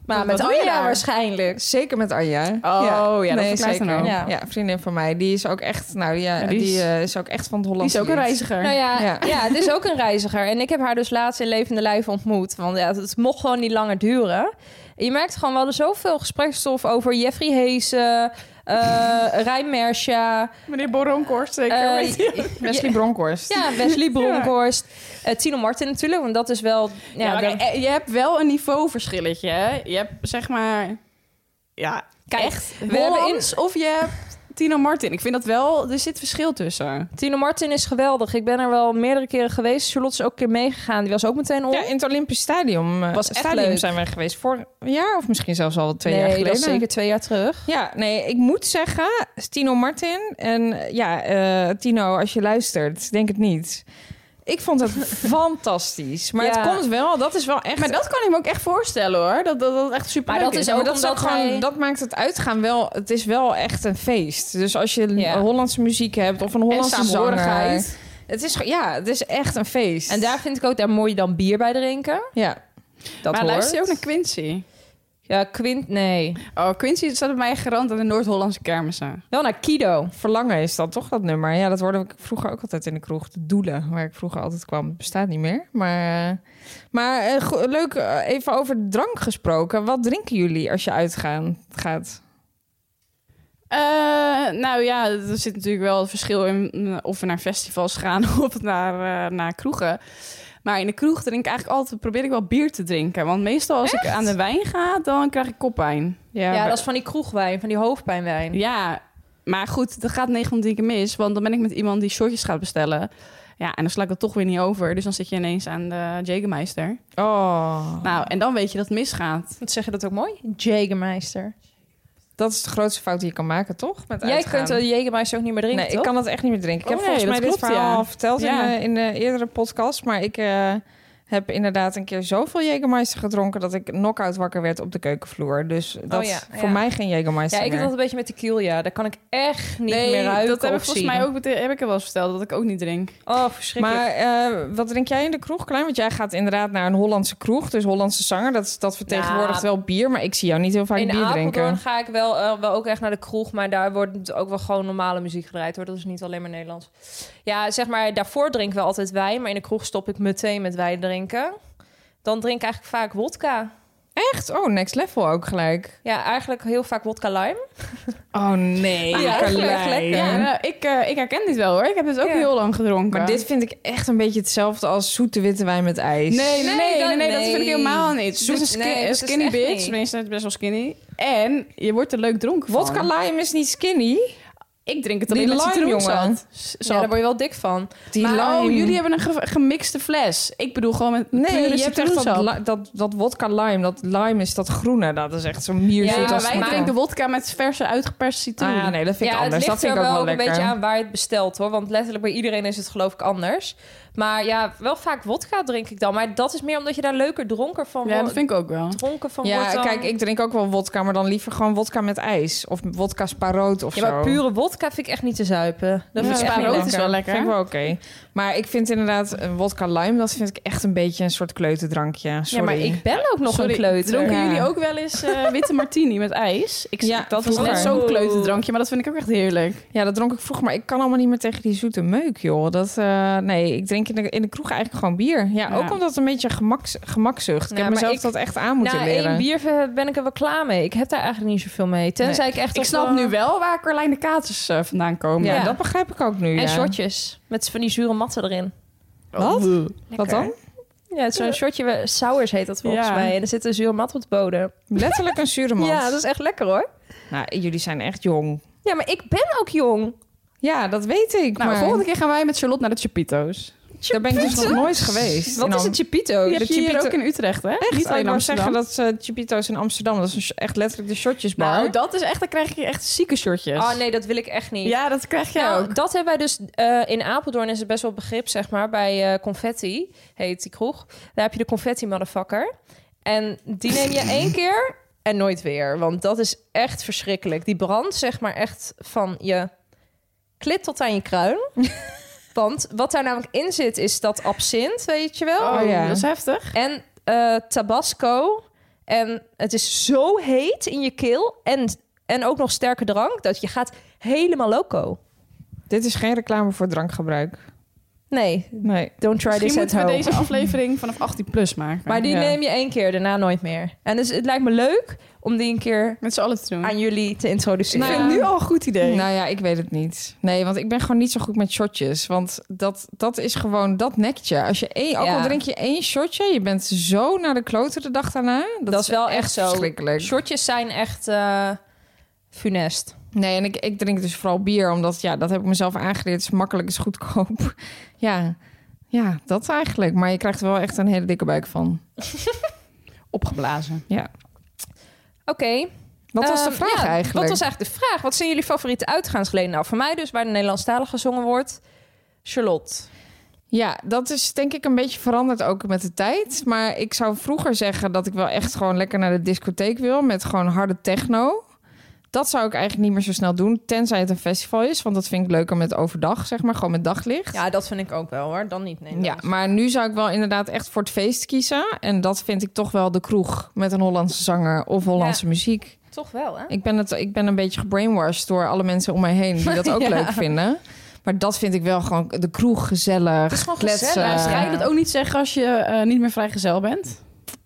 Maar Wat met doe je Anja daar? waarschijnlijk. Zeker met Anja. Oh, ja, dat nee, verklaart zeker. dan ook. Ja. Ja, een vriendin van mij. Die is ook echt... Nou ja, die die is- is ook echt van het Die Hollandse is ook een lied. reiziger. Nou ja, Ja. ja, het is ook een reiziger. En ik heb haar dus laatst in levende lijf ontmoet. Want ja, het mocht gewoon niet langer duren. En je merkt gewoon, we hadden zoveel gespreksstof over Jeffrey Heesen, Rijn Mersja, Meneer Boronkhorst, zeker. weet je. Wesley Bronkhorst. ja, Wesley Bronkhorst, Tino Martin natuurlijk. Want dat is wel... Ja, maar dat- je hebt wel een niveauverschilletje. Hè? Je hebt zeg maar... Ja, Kijk, echt we hebben Hollands of je hebt Tino Martin. Ik vind dat wel... Er zit verschil tussen. Tino Martin is geweldig. Ik ben er wel meerdere keren geweest. Charlotte is ook een keer meegegaan. Die was ook meteen op. Ja, in het Olympisch Stadion. Was echt Stadion leuk. zijn wij geweest vorig jaar of misschien zelfs al 2 jaar nee, geleden. dat is zeker 2 jaar terug. Ja, nee, ik moet zeggen, Tino Martin en Tino, als je luistert, denk het niet. Ik vond het fantastisch. Maar Ja. het komt wel, dat is wel echt... Maar dat kan ik me ook echt voorstellen hoor. Dat echt super Maar leuk dat is Ja, ook maar dat, is ook omdat hij- gewoon, dat maakt het uitgaan wel... Het is wel echt een feest. Dus als je Ja. Hollandse muziek hebt of een Hollandse zanger... samenhorigheid. Het is echt een feest. En daar vind ik ook, daar moet je dan bier bij drinken. Ja. Dat Maar hoort. luister je ook naar Quincy? Ja, Quint, nee. Oh, Quincy staat bij mij garant aan de Noord-Hollandse kermissen. Wel naar Kido. Verlangen is dat toch, dat nummer? Ja, dat hoorde ik vroeger ook altijd in de kroeg. De Doelen, waar ik vroeger altijd kwam. Het bestaat niet meer. Maar leuk, even over drank gesproken. Wat drinken jullie als je gaat? Nou ja, er zit natuurlijk wel het verschil in of we naar festivals gaan of naar kroegen. Maar in de kroeg probeer ik wel bier te drinken. Want meestal als ik aan de wijn ga, dan krijg ik koppijn. Ja, dat is van die kroegwijn, van die hoofdpijnwijn. Ja, maar goed, dat gaat 9 van 10 keer mis. Want dan ben ik met iemand die shotjes gaat bestellen. Ja, en dan sla ik dat toch weer niet over. Dus dan zit je ineens aan de Jägermeister. Oh, Nou, en dan weet je dat het misgaat. Wat zeg je dat ook mooi? Jägermeister. dat is de grootste fout die je kan maken, toch? Met Jij uitgaan. kunt de Jägermeister ook niet meer drinken, Nee, toch? ik kan dat echt niet meer drinken. Ik heb Oh, nee, volgens mij dat dit klopt, verhaal ja. al verteld Ja. in de eerdere podcast. Maar ik heb inderdaad een keer zoveel Jägermeister gedronken... dat ik knock-out wakker werd op de keukenvloer. Dus dat is ja, voor ja. mij geen Jägermeister Ja, ik heb meer. dat een beetje met tequila. Daar kan ik echt niet Nee, meer ruiken dat heb ik of volgens zien. mij ook heb ik er wel eens verteld dat ik ook niet drink. Oh, verschrikkelijk. Maar wat drink jij in de kroeg, Klein? Want jij gaat inderdaad naar een Hollandse kroeg, dus Hollandse zanger. Dat vertegenwoordigt wel bier, maar ik zie jou niet heel vaak in bier Apeldoorn drinken. ga ik wel ook echt naar de kroeg, maar daar wordt ook wel gewoon normale muziek gedraaid, hoor. Dat is niet alleen maar Nederlands. Ja, zeg maar, daarvoor drinken we altijd wijn, maar in de kroeg stop ik meteen met wijn drinken. Dan drink ik eigenlijk vaak wodka. Echt? Oh, next level ook gelijk. Ja, eigenlijk heel vaak wodka lime. Oh nee, Ja, Carlijn. echt lekker. Ja, nou, ik herken dit wel hoor. Ik heb dit ook Ja. heel lang gedronken. Maar dit vind ik echt een beetje hetzelfde als zoete witte wijn met ijs. Nee, dat vind ik nee. helemaal niet. Het is een Nee, dat is skinny echt bitch. niet. Tenminste, het is best wel skinny. En je wordt er leuk dronken van. Vodka lime is niet skinny. Ik drink het Die alleen met lime, citroensap. jongen. Ja, daar word je wel dik van. Die Maar lime. oh, jullie hebben een gemixte fles. Ik bedoel gewoon met Nee, pure je hebt echt citroensap. dat wodka lime. Dat lime is dat groene. Dat is echt zo'n mierzoet. Ja, maar als wij smaak. drinken wodka met verse uitgeperste citroen. Ah, nee, dat vind ik Ja, anders. het Dat ligt vind er ik ook wel wel een lekker. beetje aan waar je het bestelt, hoor. Want letterlijk bij iedereen is het geloof ik anders. Maar ja, wel vaak wodka drink ik dan. Maar dat is meer omdat je daar leuker dronken van Ja, wordt. dat vind ik ook wel. Dronken van Ja, wordt dan. kijk, ik drink ook wel wodka, maar dan liever gewoon wodka met ijs. Of wodka sparoot of Ja, zo. maar pure wodka vind ik echt niet te zuipen. Dat vind ik echt sparoot niet is lekker. wel lekker. Vind ik wel oké. Maar ik vind inderdaad een wodka lime, dat vind ik echt een beetje een soort kleuterdrankje. Ja, Sorry. maar ik ben ook nog Sorry, een kleuter. dronken Ja. jullie ook wel eens witte martini met ijs? Ja, Dat is vroeger. net zo'n kleuterdrankje, maar dat vind ik ook echt heerlijk. Ja, dat dronk ik vroeger, maar ik kan allemaal niet meer tegen die zoete meuk, joh. Nee, ik drink in de kroeg eigenlijk gewoon bier. Ja, Ja. ook omdat het een beetje gemakzucht. Ik Ja, heb maar mezelf ik- dat echt aan moeten Na leren. 1 bier ben ik er wel klaar mee. Ik heb daar eigenlijk niet zoveel mee. Tenzij ik echt Ik op, snap nu wel waar Carlijn de Katers vandaan komen. Ja, Ja. dat begrijp ik ook nu. En ja. shotjes. Met van die zure matten erin. Wat? Lekker. Wat dan? Ja, het is zo'n shotje. Sours heet dat volgens Ja. mij. En er zit een zure mat op de bodem. Letterlijk een zure mat. Ja, dat is echt lekker, hoor. Nou, jullie zijn echt jong. Ja, maar ik ben ook jong. Ja, dat weet ik. Nou, maar volgende keer gaan wij met Charlotte naar de Chapito's. daar ben ik dus nog nooit geweest. Wat is een chipito? Die heb je hier Chipito- ook in Utrecht, hè? Echt? Niet Ik alleen in wou Amsterdam. zeggen dat Chipito's in Amsterdam, dat is echt letterlijk de shotjesbar. Nou, dat is echt, dan krijg je echt zieke shortjes. Oh nee, dat wil ik echt niet. Ja, dat krijg je Nou, ook. dat hebben wij dus in Apeldoorn is het best wel begrip, zeg maar. Bij Confetti heet die kroeg. Daar heb je de Confetti motherfucker. En die neem je 1 keer en nooit weer. Want dat is echt verschrikkelijk. Die brandt zeg maar echt van je klit tot aan je kruin. Want wat daar namelijk in zit is dat absint, weet je wel. Oh, ja. Dat is heftig. En Tabasco En het is zo heet in je keel en ook nog sterke drank... dat je gaat helemaal loco. Dit is geen reclame voor drankgebruik. Nee, don't try Misschien this at moeten we home. deze aflevering vanaf 18 plus maken. Maar die neem je 1 keer, daarna nooit meer. En dus het lijkt me leuk om die een keer met z'n allen te doen. aan jullie te introduceren. Ik vind het nu al een goed idee. Nou ja, ik weet het niet. Nee, want ik ben gewoon niet zo goed met shotjes. Want dat is gewoon, dat nekt je. Als je ook al drink je 1 shotje, je bent zo naar de kloten de dag daarna. Dat is wel echt zo. Verschrikkelijk. Shotjes zijn echt funest. Nee, en ik drink dus vooral bier, omdat dat heb ik mezelf aangeleerd. Het is makkelijk, is goedkoop. Ja, dat eigenlijk. Maar je krijgt er wel echt een hele dikke buik van. Opgeblazen. Ja. Oké. Wat was de vraag eigenlijk? Wat was eigenlijk de vraag? Wat zijn jullie favoriete uitgaansgeleden? Nou, voor mij dus waar de Nederlandstalig gezongen wordt. Charlotte. Ja, dat is denk ik een beetje veranderd ook met de tijd. Maar ik zou vroeger zeggen dat ik wel echt gewoon lekker naar de discotheek wil. Met gewoon harde techno. Dat zou ik eigenlijk niet meer zo snel doen. Tenzij het een festival is. Want dat vind ik leuker met overdag, zeg maar. Gewoon met daglicht. Ja, dat vind ik ook wel hoor. Dan niet Nederlands. Ja, maar nu zou ik wel inderdaad echt voor het feest kiezen. En dat vind ik toch wel de kroeg met een Hollandse zanger of Hollandse muziek. Toch wel, hè? Ik ben een beetje gebrainwashed door alle mensen om mij heen die dat ook leuk vinden. Maar dat vind ik wel gewoon de kroeg gezellig. Het is gewoon kletsen. gezellig. Ga je dat ook niet zeggen als je niet meer vrijgezel bent?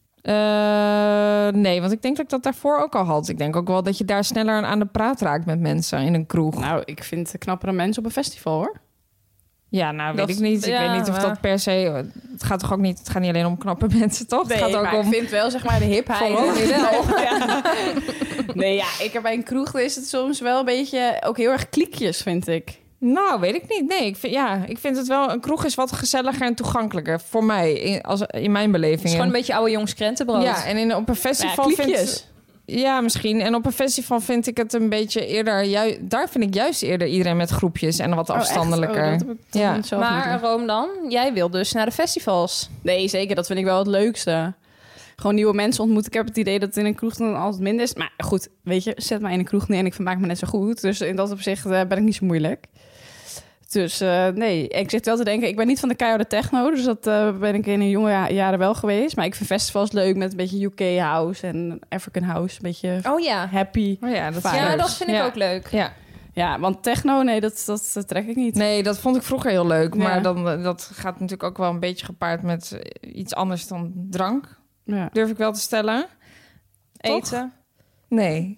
Nee, want ik denk dat ik dat daarvoor ook al had. Ik denk ook wel dat je daar sneller aan de praat raakt met mensen in een kroeg. Nou, ik vind knappere mensen op een festival, hoor. Ja, nou Dat- weet ik niet. Ik ja, weet niet of maar- dat per se... Het gaat toch ook niet... Het gaat niet alleen om knappe mensen, toch? Nee, het gaat ook maar om... ik vind wel, zeg maar, de hipheid. Ja. Nee, ja, bij een kroeg is het soms wel een beetje... ook heel erg kliekjes, vind ik. Nou, weet ik niet. Nee, ik vind het wel... Een kroeg is wat gezelliger en toegankelijker. Voor mij, in mijn beleving. Het is gewoon een beetje oude jongs krentenbrood. Ja, en op een festival kliekjes. Ja, misschien. En op een festival vind ik het een beetje eerder... Daar vind ik juist eerder iedereen met groepjes en wat afstandelijker. Oh, dat heb ik toch Ja. niet zelf niet Maar Rome dan, jij wil dus naar de festivals. Nee, zeker. Dat vind ik wel het leukste. Gewoon nieuwe mensen ontmoeten. Ik heb het idee dat het in een kroeg dan altijd minder is. Maar goed, weet je, zet mij in een kroeg neer en ik vermaak me net zo goed. Dus in dat opzicht ben ik niet zo moeilijk. Dus nee, ik zit wel te denken, ik ben niet van de keiharde techno. Dus dat ben ik in een jonge jaren wel geweest. Maar ik vind festivals leuk met een beetje UK house en African house. Een beetje Oh ja. happy. Oh ja, dat Vibes. Ja, dat vind ik Ja. ook leuk. Ja. Ja, want techno, nee, dat trek ik niet. Nee, dat vond ik vroeger heel leuk. Ja. Maar dan, dat gaat natuurlijk ook wel een beetje gepaard met iets anders dan drank. Ja. Durf ik wel te stellen. Eten. Nee.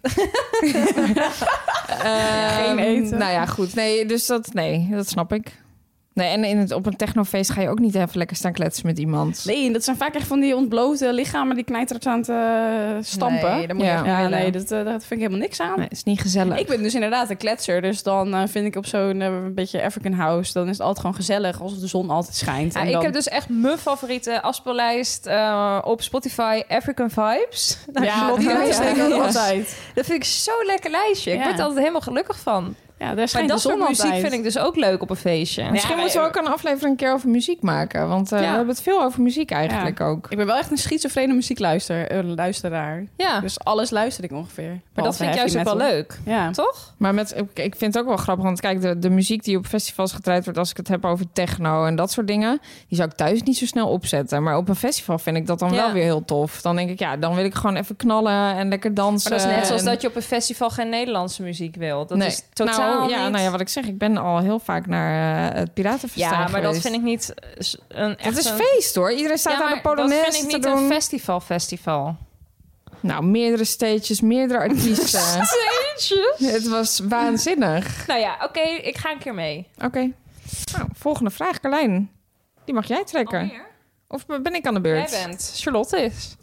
Geen eten. Nou ja, goed. Nee, dus dat snap ik. Nee, en op een technofeest ga je ook niet even lekker staan kletsen met iemand. Nee, dat zijn vaak echt van die ontblote lichamen die knijterend aan te stampen. Nee, daar moet je Ja. echt Ja, willen. nee, dat vind ik helemaal niks aan. Nee, is niet gezellig. Ik ben dus inderdaad een kletser. Dus dan vind ik op zo'n een beetje African house... dan is het altijd gewoon gezellig als de zon altijd schijnt. Ja, En ik dan- heb dus echt mijn favoriete afspeellijst op Spotify, African Vibes. Nou, Ja, Charlotte, die ja. luister ik ook Ja. altijd. Dat vind ik zo'n lekker lijstje. Ik Ja. word er altijd helemaal gelukkig van. Ja, daar Maar schijnt de dat zon soort muziek altijd. vind ik dus ook leuk op een feestje. Misschien moeten we ook een aflevering een keer over muziek maken. Want we hebben het veel over muziek eigenlijk ook. Ik ben wel echt een schizofrene muziekluisteraar. Ja, Dus alles luister ik ongeveer. maar dat vind ik juist ook wel leuk. Ja. Toch? Maar ik vind het ook wel grappig. Want kijk, de muziek die op festivals gedraaid wordt... als ik het heb over techno en dat soort dingen... die zou ik thuis niet zo snel opzetten. Maar op een festival vind ik dat dan Ja. wel weer heel tof. Dan denk ik, ja, dan wil ik gewoon even knallen en lekker dansen. Maar dat is net zoals en- dat je op een festival geen Nederlandse muziek wil. Dat Nee. is totaal niet... Nou ja, wat ik zeg, ik ben al heel vaak naar het Piratenfestijn Ja, maar dat geweest. vind ik niet een echt Het is een... feest hoor. Iedereen staat Ja, aan de maar dat Polonaise vind ik te niet doen. een festival. Nou, meerdere stages, meerdere artiesten. Het was waanzinnig. Nou ja, oké, ik ga een keer mee. Oké. Nou, volgende vraag, Carlijn. Die mag jij trekken. Of ben ik aan de beurt? Jij bent. Charlotte is.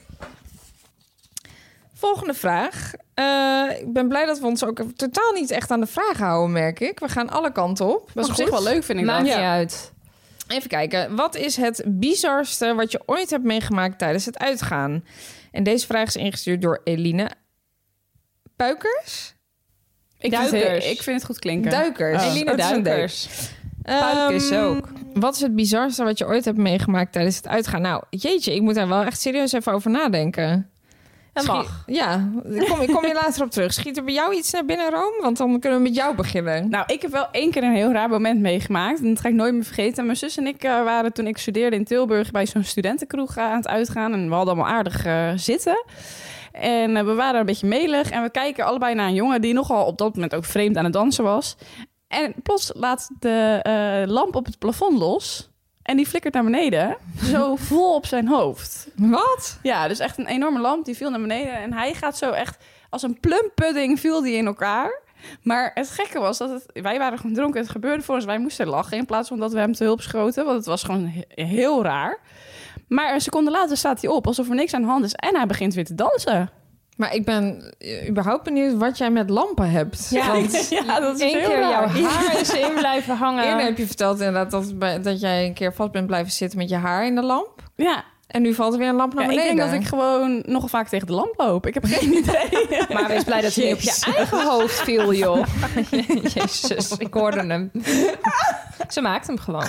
Volgende vraag. Ik ben blij dat we ons ook totaal niet echt aan de vraag houden, merk ik. We gaan alle kanten op. Dat is op Maar zich goed. wel leuk, vind ik Maakt dat. niet Ja. uit. Even kijken. Wat is het bizarste wat je ooit hebt meegemaakt tijdens het uitgaan? En deze vraag is ingestuurd door Eline Puikers. Duikers. Ik vind het goed klinken. Duikers. Oh. Eline Het is een Duikers. Puikers ook. Wat is het bizarste wat je ooit hebt meegemaakt tijdens het uitgaan? Nou, jeetje, ik moet daar wel echt serieus even over nadenken. Dat mag. Ja, ik kom hier later op terug. Schiet er bij jou iets naar binnen, Rome? Want dan kunnen we met jou beginnen. Nou, ik heb wel 1 keer een heel raar moment meegemaakt. En dat ga ik nooit meer vergeten. Mijn zus en ik waren toen ik studeerde in Tilburg bij zo'n studentenkroeg aan het uitgaan. En we hadden allemaal aardig zitten. En we waren een beetje melig. En we kijken allebei naar een jongen die nogal op dat moment ook vreemd aan het dansen was. En plots laat de lamp op het plafond los. En die flikkert naar beneden. Zo vol op zijn hoofd. Wat? Ja, dus echt een enorme lamp. Die viel naar beneden. En hij gaat zo echt als een plumpudding viel die in elkaar. Maar het gekke was dat wij waren gewoon dronken. Het gebeurde voor ons. Wij moesten lachen in plaats van dat we hem te hulp schoten. Want het was gewoon heel raar. Maar een seconde later staat hij op alsof er niks aan de hand is. En hij begint weer te dansen. Maar ik ben überhaupt benieuwd wat jij met lampen hebt. Ja, Want Ja, dat is Eén heel keer raar. jouw haar is in blijven hangen. eerder heb je verteld inderdaad dat jij een keer vast bent blijven zitten met je haar in de lamp. Ja, En nu valt er weer een lamp naar ja, ik beneden. denk dat ik gewoon nogal vaak tegen de lamp loop. Ik heb geen idee. Maar wees blij dat hij niet op je eigen hoofd viel, joh. Jezus, ik hoorde hem. Ze maakt hem gewoon.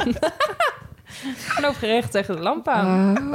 En opgericht tegen de lamp aan.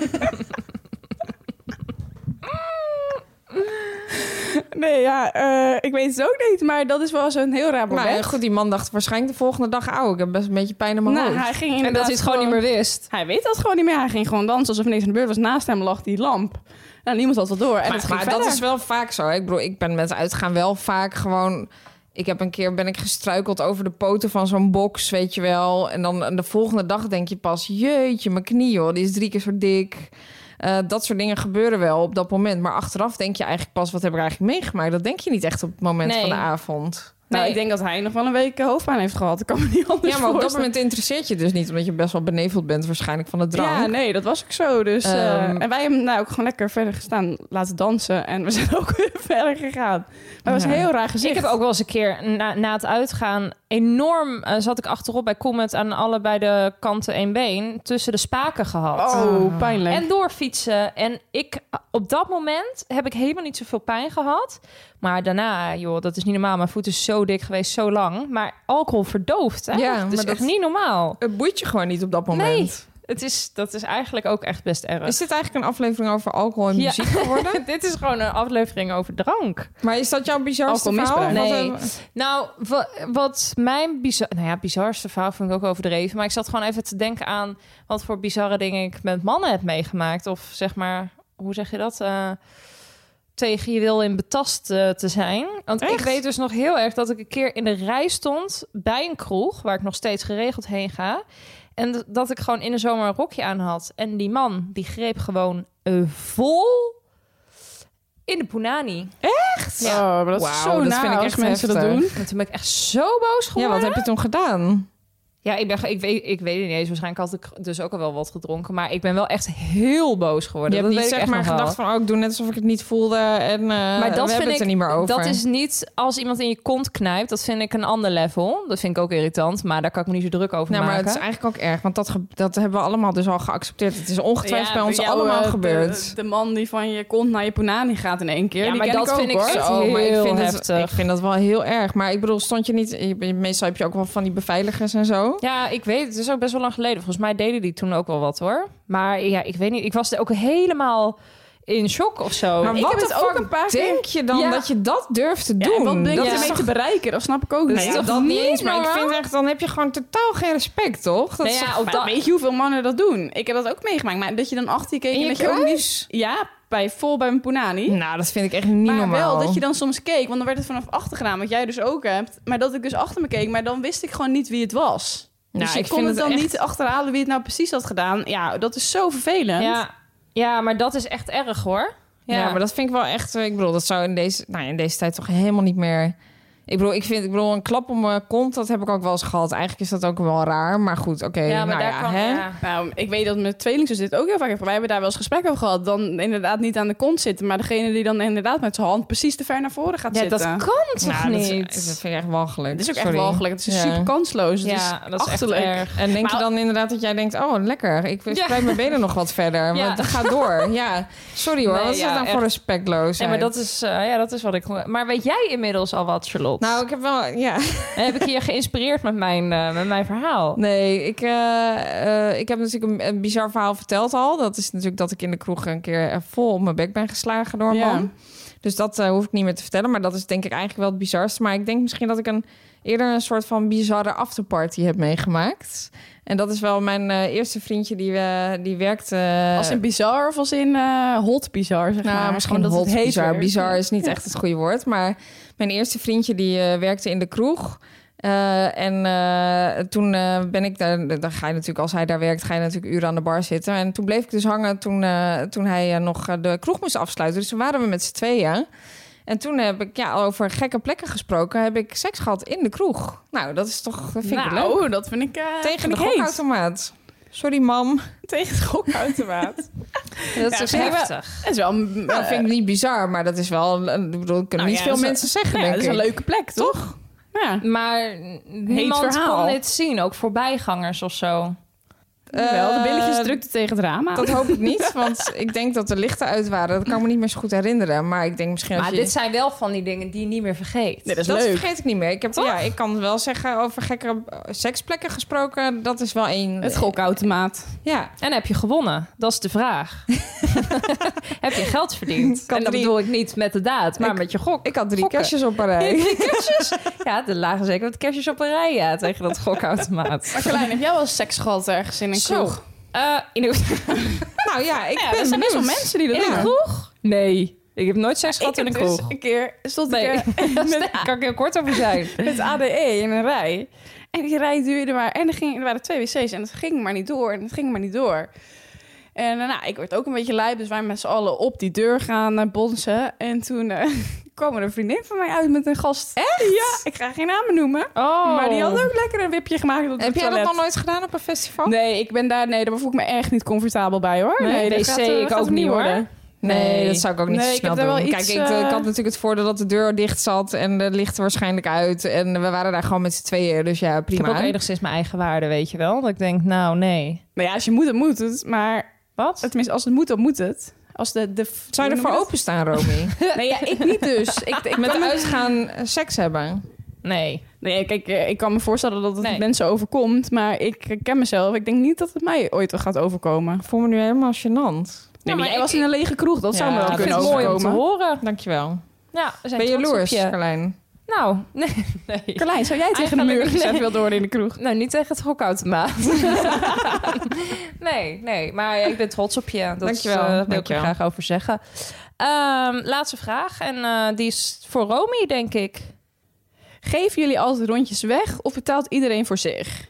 Nee, ja, ik weet het ook niet. Maar dat is wel zo'n heel raar moment. Maar goed, die man dacht waarschijnlijk de volgende dag... ik heb best een beetje pijn in mijn Nou, hoofd. hij ging En inderdaad dat hij het gewoon niet meer wist. Hij weet dat gewoon niet meer. Hij ging gewoon dansen alsof er niks aan de beurt was. Naast hem lag die lamp. Nou, niemand had wel door. En het ging Maar verder. dat is wel vaak zo. Hè? Ik bedoel, ik ben met uitgaan wel vaak gewoon... Ik heb een keer ben ik gestruikeld over de poten van zo'n box, weet je wel. En dan de volgende dag denk je pas... Jeetje, mijn knie, joh, die is 3 keer zo dik. Dat soort dingen gebeuren wel op dat moment. Maar achteraf denk je eigenlijk pas... Wat heb ik eigenlijk meegemaakt? Dat denk je niet echt op het moment Nee. van de avond. Nou, Nee. ik denk dat hij nog wel een week hoofdpijn heeft gehad. Ik kan me niet anders Ja, maar op dat voorstellen. moment interesseert je dus niet... omdat je best wel beneveld bent waarschijnlijk van de drank. Ja, nee, dat was ook zo. Dus, en wij hebben nou ook gewoon lekker verder gestaan laten dansen. En we zijn ook weer verder gegaan. Maar het was een heel raar gezicht. Ik heb ook wel eens een keer na het uitgaan enorm zat ik achterop bij Comet aan allebei de kanten 1 been tussen de spaken gehad. Oh, pijnlijk. En doorfietsen. En op dat moment heb ik helemaal niet zoveel pijn gehad. Maar daarna, joh, dat is niet normaal. Mijn voet is zo dik geweest, zo lang. Maar alcohol verdooft, hè? Ja, dat is maar echt dat- niet normaal. Het boeit je gewoon niet op dat moment. Nee, dat is eigenlijk ook echt best erg. Is dit eigenlijk een aflevering over alcohol en Ja. muziek geworden? Dit is gewoon een aflevering over drank. Maar is dat jouw bizarste verhaal? Alcoholmisbruik. Wat, Nee. Nou, wat mijn bizarste verhaal vind ik ook overdreven. Maar ik zat gewoon even te denken aan wat voor bizarre dingen ik met mannen heb meegemaakt. Of zeg maar, hoe zeg je dat? Tegen je wil in betast te zijn. Want ik Echt? weet dus nog heel erg dat ik een keer in de rij stond bij een kroeg, waar ik nog steeds geregeld heen ga. En dat ik gewoon in de zomer een rokje aan had. En die man, die greep gewoon vol in de punani. Echt? Oh, maar dat is Wauw, zo dat naar vind ik als echt mensen dat heftig. doen. En toen ben ik echt zo boos Ja, geworden. wat heb je toen gedaan? Ja, ik weet het niet eens. Waarschijnlijk had ik dus ook al wel wat gedronken. Maar ik ben wel echt heel boos geworden. Je hebt Dat niet weet ik zeg echt maar nog wel. gedacht van... ik doe net alsof ik het niet voelde en Maar we dat hebben vind het ik, er niet meer over. dat is niet als iemand in je kont knijpt. Dat vind ik een ander level. Dat vind ik ook irritant. Maar daar kan ik me niet zo druk over Nou, maar maken. het is eigenlijk ook erg, want dat hebben we allemaal dus al geaccepteerd. Het is ongetwijfeld bij ons bij jou, allemaal de- gebeurd. De man die van je kont naar je punani gaat in 1 keer. Ja, die maar ken dat ik ook, vind ik hoor. echt Zo, maar heel ik vind, heftig. ik vind dat wel heel erg. Maar ik bedoel, stond je niet... Meestal heb je ook wel van die beveiligers en zo. Ja, ik weet het. is ook best wel lang geleden. Volgens mij deden die toen ook wel wat, hoor. Maar ja, ik weet niet. Ik was er ook helemaal in shock of zo. Maar Ik wat heb de het ook fuck een paar keer- denk je dan Ja. dat je dat durft te Ja, doen? en wat ben je dat ermee is te toch... bereiken? Dat snap ik ook Nee, niet. ja, dat niet eens. Maar ik normaal? vind echt, dan heb je gewoon totaal geen respect, toch? Dat Nee, is ja, toch- op Maar dat- weet je hoeveel mannen dat doen? Ik heb dat ook meegemaakt. Maar dat je dan achter je keek In en je dat je ook kruis? niet... Ja, vol bij mijn punani. Nou, dat vind ik echt niet maar normaal. wel dat je dan soms keek, want dan werd het vanaf achter gedaan, wat jij dus ook hebt. Maar dat ik dus achter me keek, maar dan wist ik gewoon niet wie het was. Nou, Dus ik ik kon vind het het dan echt- niet achterhalen wie het nou precies had gedaan. Ja, dat is zo vervelend. Ja, maar dat is echt erg, hoor. Ja, maar dat vind ik wel echt... Ik bedoel, dat zou in deze tijd toch helemaal niet meer... Ik bedoel, een klap op mijn kont, dat heb ik ook wel eens gehad. Eigenlijk is dat ook wel raar, maar goed, oké. Ja, maar nou daar ja, kan... hè? Ja. Nou, ik weet dat mijn tweelingzus dit ook heel vaak heeft. Wij hebben daar wel eens gesprek over gehad. Dan inderdaad niet aan de kont zitten, maar degene die dan inderdaad met zijn hand precies te ver naar voren gaat Ja, zitten. dat kan toch Nou, dat niet? vind ik echt walgelijk. Het is ook Sorry. echt walgelijk. Het is Ja. super kansloos. Het Ja, is dat is echt achterlijk. erg. En denk je Maar- dan inderdaad dat jij denkt... oh, lekker, ik spreid mijn benen nog wat verder. Ja. Maar het gaat door. Ja, sorry hoor, Nee, wat is ja, dat nou echt. voor respectloosheid? Nee, maar dat is wat ik... Maar weet jij inmiddels al wat, Charlotte? trots. Nou, ik heb wel... Ja. En heb ik je geïnspireerd met mijn verhaal? Nee, ik heb natuurlijk een bizar verhaal verteld al. Dat is natuurlijk dat ik in de kroeg een keer vol op mijn bek ben geslagen door een man. Dus dat hoef ik niet meer te vertellen. Maar dat is denk ik eigenlijk wel het bizarste. Maar ik denk misschien dat ik eerder een soort van bizarre afterparty heb meegemaakt. En dat is wel mijn eerste vriendje die werkte... Als in bizar of als in hot bizar, zeg maar. Misschien dat hot het heet bizar. werd. Bizar is niet echt het goede woord. Maar mijn eerste vriendje die werkte in de kroeg. Toen ben ik daar... Dan ga je natuurlijk, als hij daar werkt, ga je natuurlijk uren aan de bar zitten. En toen bleef ik dus hangen toen hij nog de kroeg moest afsluiten. Dus toen waren we met z'n tweeën. En toen heb ik over gekke plekken gesproken. Heb ik seks gehad in de kroeg. Nou, dat is toch... Dat vind ik leuk. Dat vind ik Tegen de gokautomaat. Sorry, mam. Tegen de gokautomaat. Dat is heftig. Dat is wel... Nou, vind ik niet bizar, maar dat is wel... Ik bedoel, kunnen niet veel mensen zeggen, denk ik. Dat is een leuke plek, toch? Ja. Maar niemand verhaal. kon dit zien, ook voorbijgangers of zo. Wel, de billetjes drukte tegen het raam aan. Dat hoop ik niet, want ik denk dat de lichten uit waren. Dat kan ik me niet meer zo goed herinneren. Maar ik denk misschien... Maar dit zijn wel van die dingen die je niet meer vergeet. Nee, dat is dat leuk. vergeet ik niet meer. Ik kan wel zeggen, over gekke seksplekken gesproken. Dat is wel één... Het gokautomaat. Ja. En heb je gewonnen? Dat is de vraag. Heb je geld verdiend? En dat bedoel ik niet met de daad, maar met je gok. Ik had 3 Gokken. cashjes op een rij. Ja, er lagen zeker wat cashjes op een rij tegen dat gokautomaat. Maar Carlijn, heb jij wel seks gehad ergens in een kroeg? In de... Nou ja, ik Ja, ben er zijn best wel benieuwd. mensen die dat In doen. een kroeg? Nee. Ik heb nooit seks gehad in een Ik heb dus kroeg. een keer stond Nee. ik Daar kan ik heel kort over zijn. met ADE in een rij. En die rij duurde maar... En er waren 2 wc's en het ging maar niet door. En het ging maar niet door. En ik werd ook een beetje lui. Dus wij met z'n allen op die deur gaan bonzen. En toen kwam er een vriendin van mij uit met een gast. Echt? Ja, ik ga geen namen noemen. Oh. Maar die had ook lekker een wipje gemaakt op het Heb jij toilet. dat nog nooit gedaan op een festival? Nee, daar voel ik me echt niet comfortabel bij, hoor. Nee, dat wc gaat, ik gaat ook hem niet, hoor. worden. Nee, dat zou ik ook niet Nee, zo ik snel heb daar doen. wel Kijk, iets, ik had natuurlijk het voordeel dat de deur dicht zat en de lichten waarschijnlijk uit. En we waren daar gewoon met z'n tweeën, dus ja, Ik prima. heb ook enigszins mijn eigen waarde, weet je wel. Dat ik denk, nou, nee. Nou ja, als je moet, dan moet het. Maar Wat? tenminste, als het moet, dan moet het. Als de Zou je ervoor openstaan, Romy? Nee, ja, ik niet dus. Ik Met kan uitgaan seks hebben? Nee. Nee, kijk, ik kan me voorstellen dat het Nee. mensen overkomt. Maar ik ken mezelf. Ik denk niet dat het mij ooit gaat overkomen. Ik voel me nu helemaal gênant. Nee, maar maar jij was in een lege kroeg. Dat zou me wel ik vind kunnen het mooi om te overkomen. horen. Dankjewel. Ja, we zijn Ben je trots op jaloers, je. Carlijn? Nou, nee. Carlijn, zou jij tegen de muur Eigenlijk- gezet willen worden in de kroeg? Nou, niet tegen het gokautomaat. nee. Maar ik ben trots op je. Dat Dankjewel, wil ik er dankjewel. graag over zeggen. Laatste vraag. En die is voor Romy, denk ik. Geven jullie altijd rondjes weg of betaalt iedereen voor zich?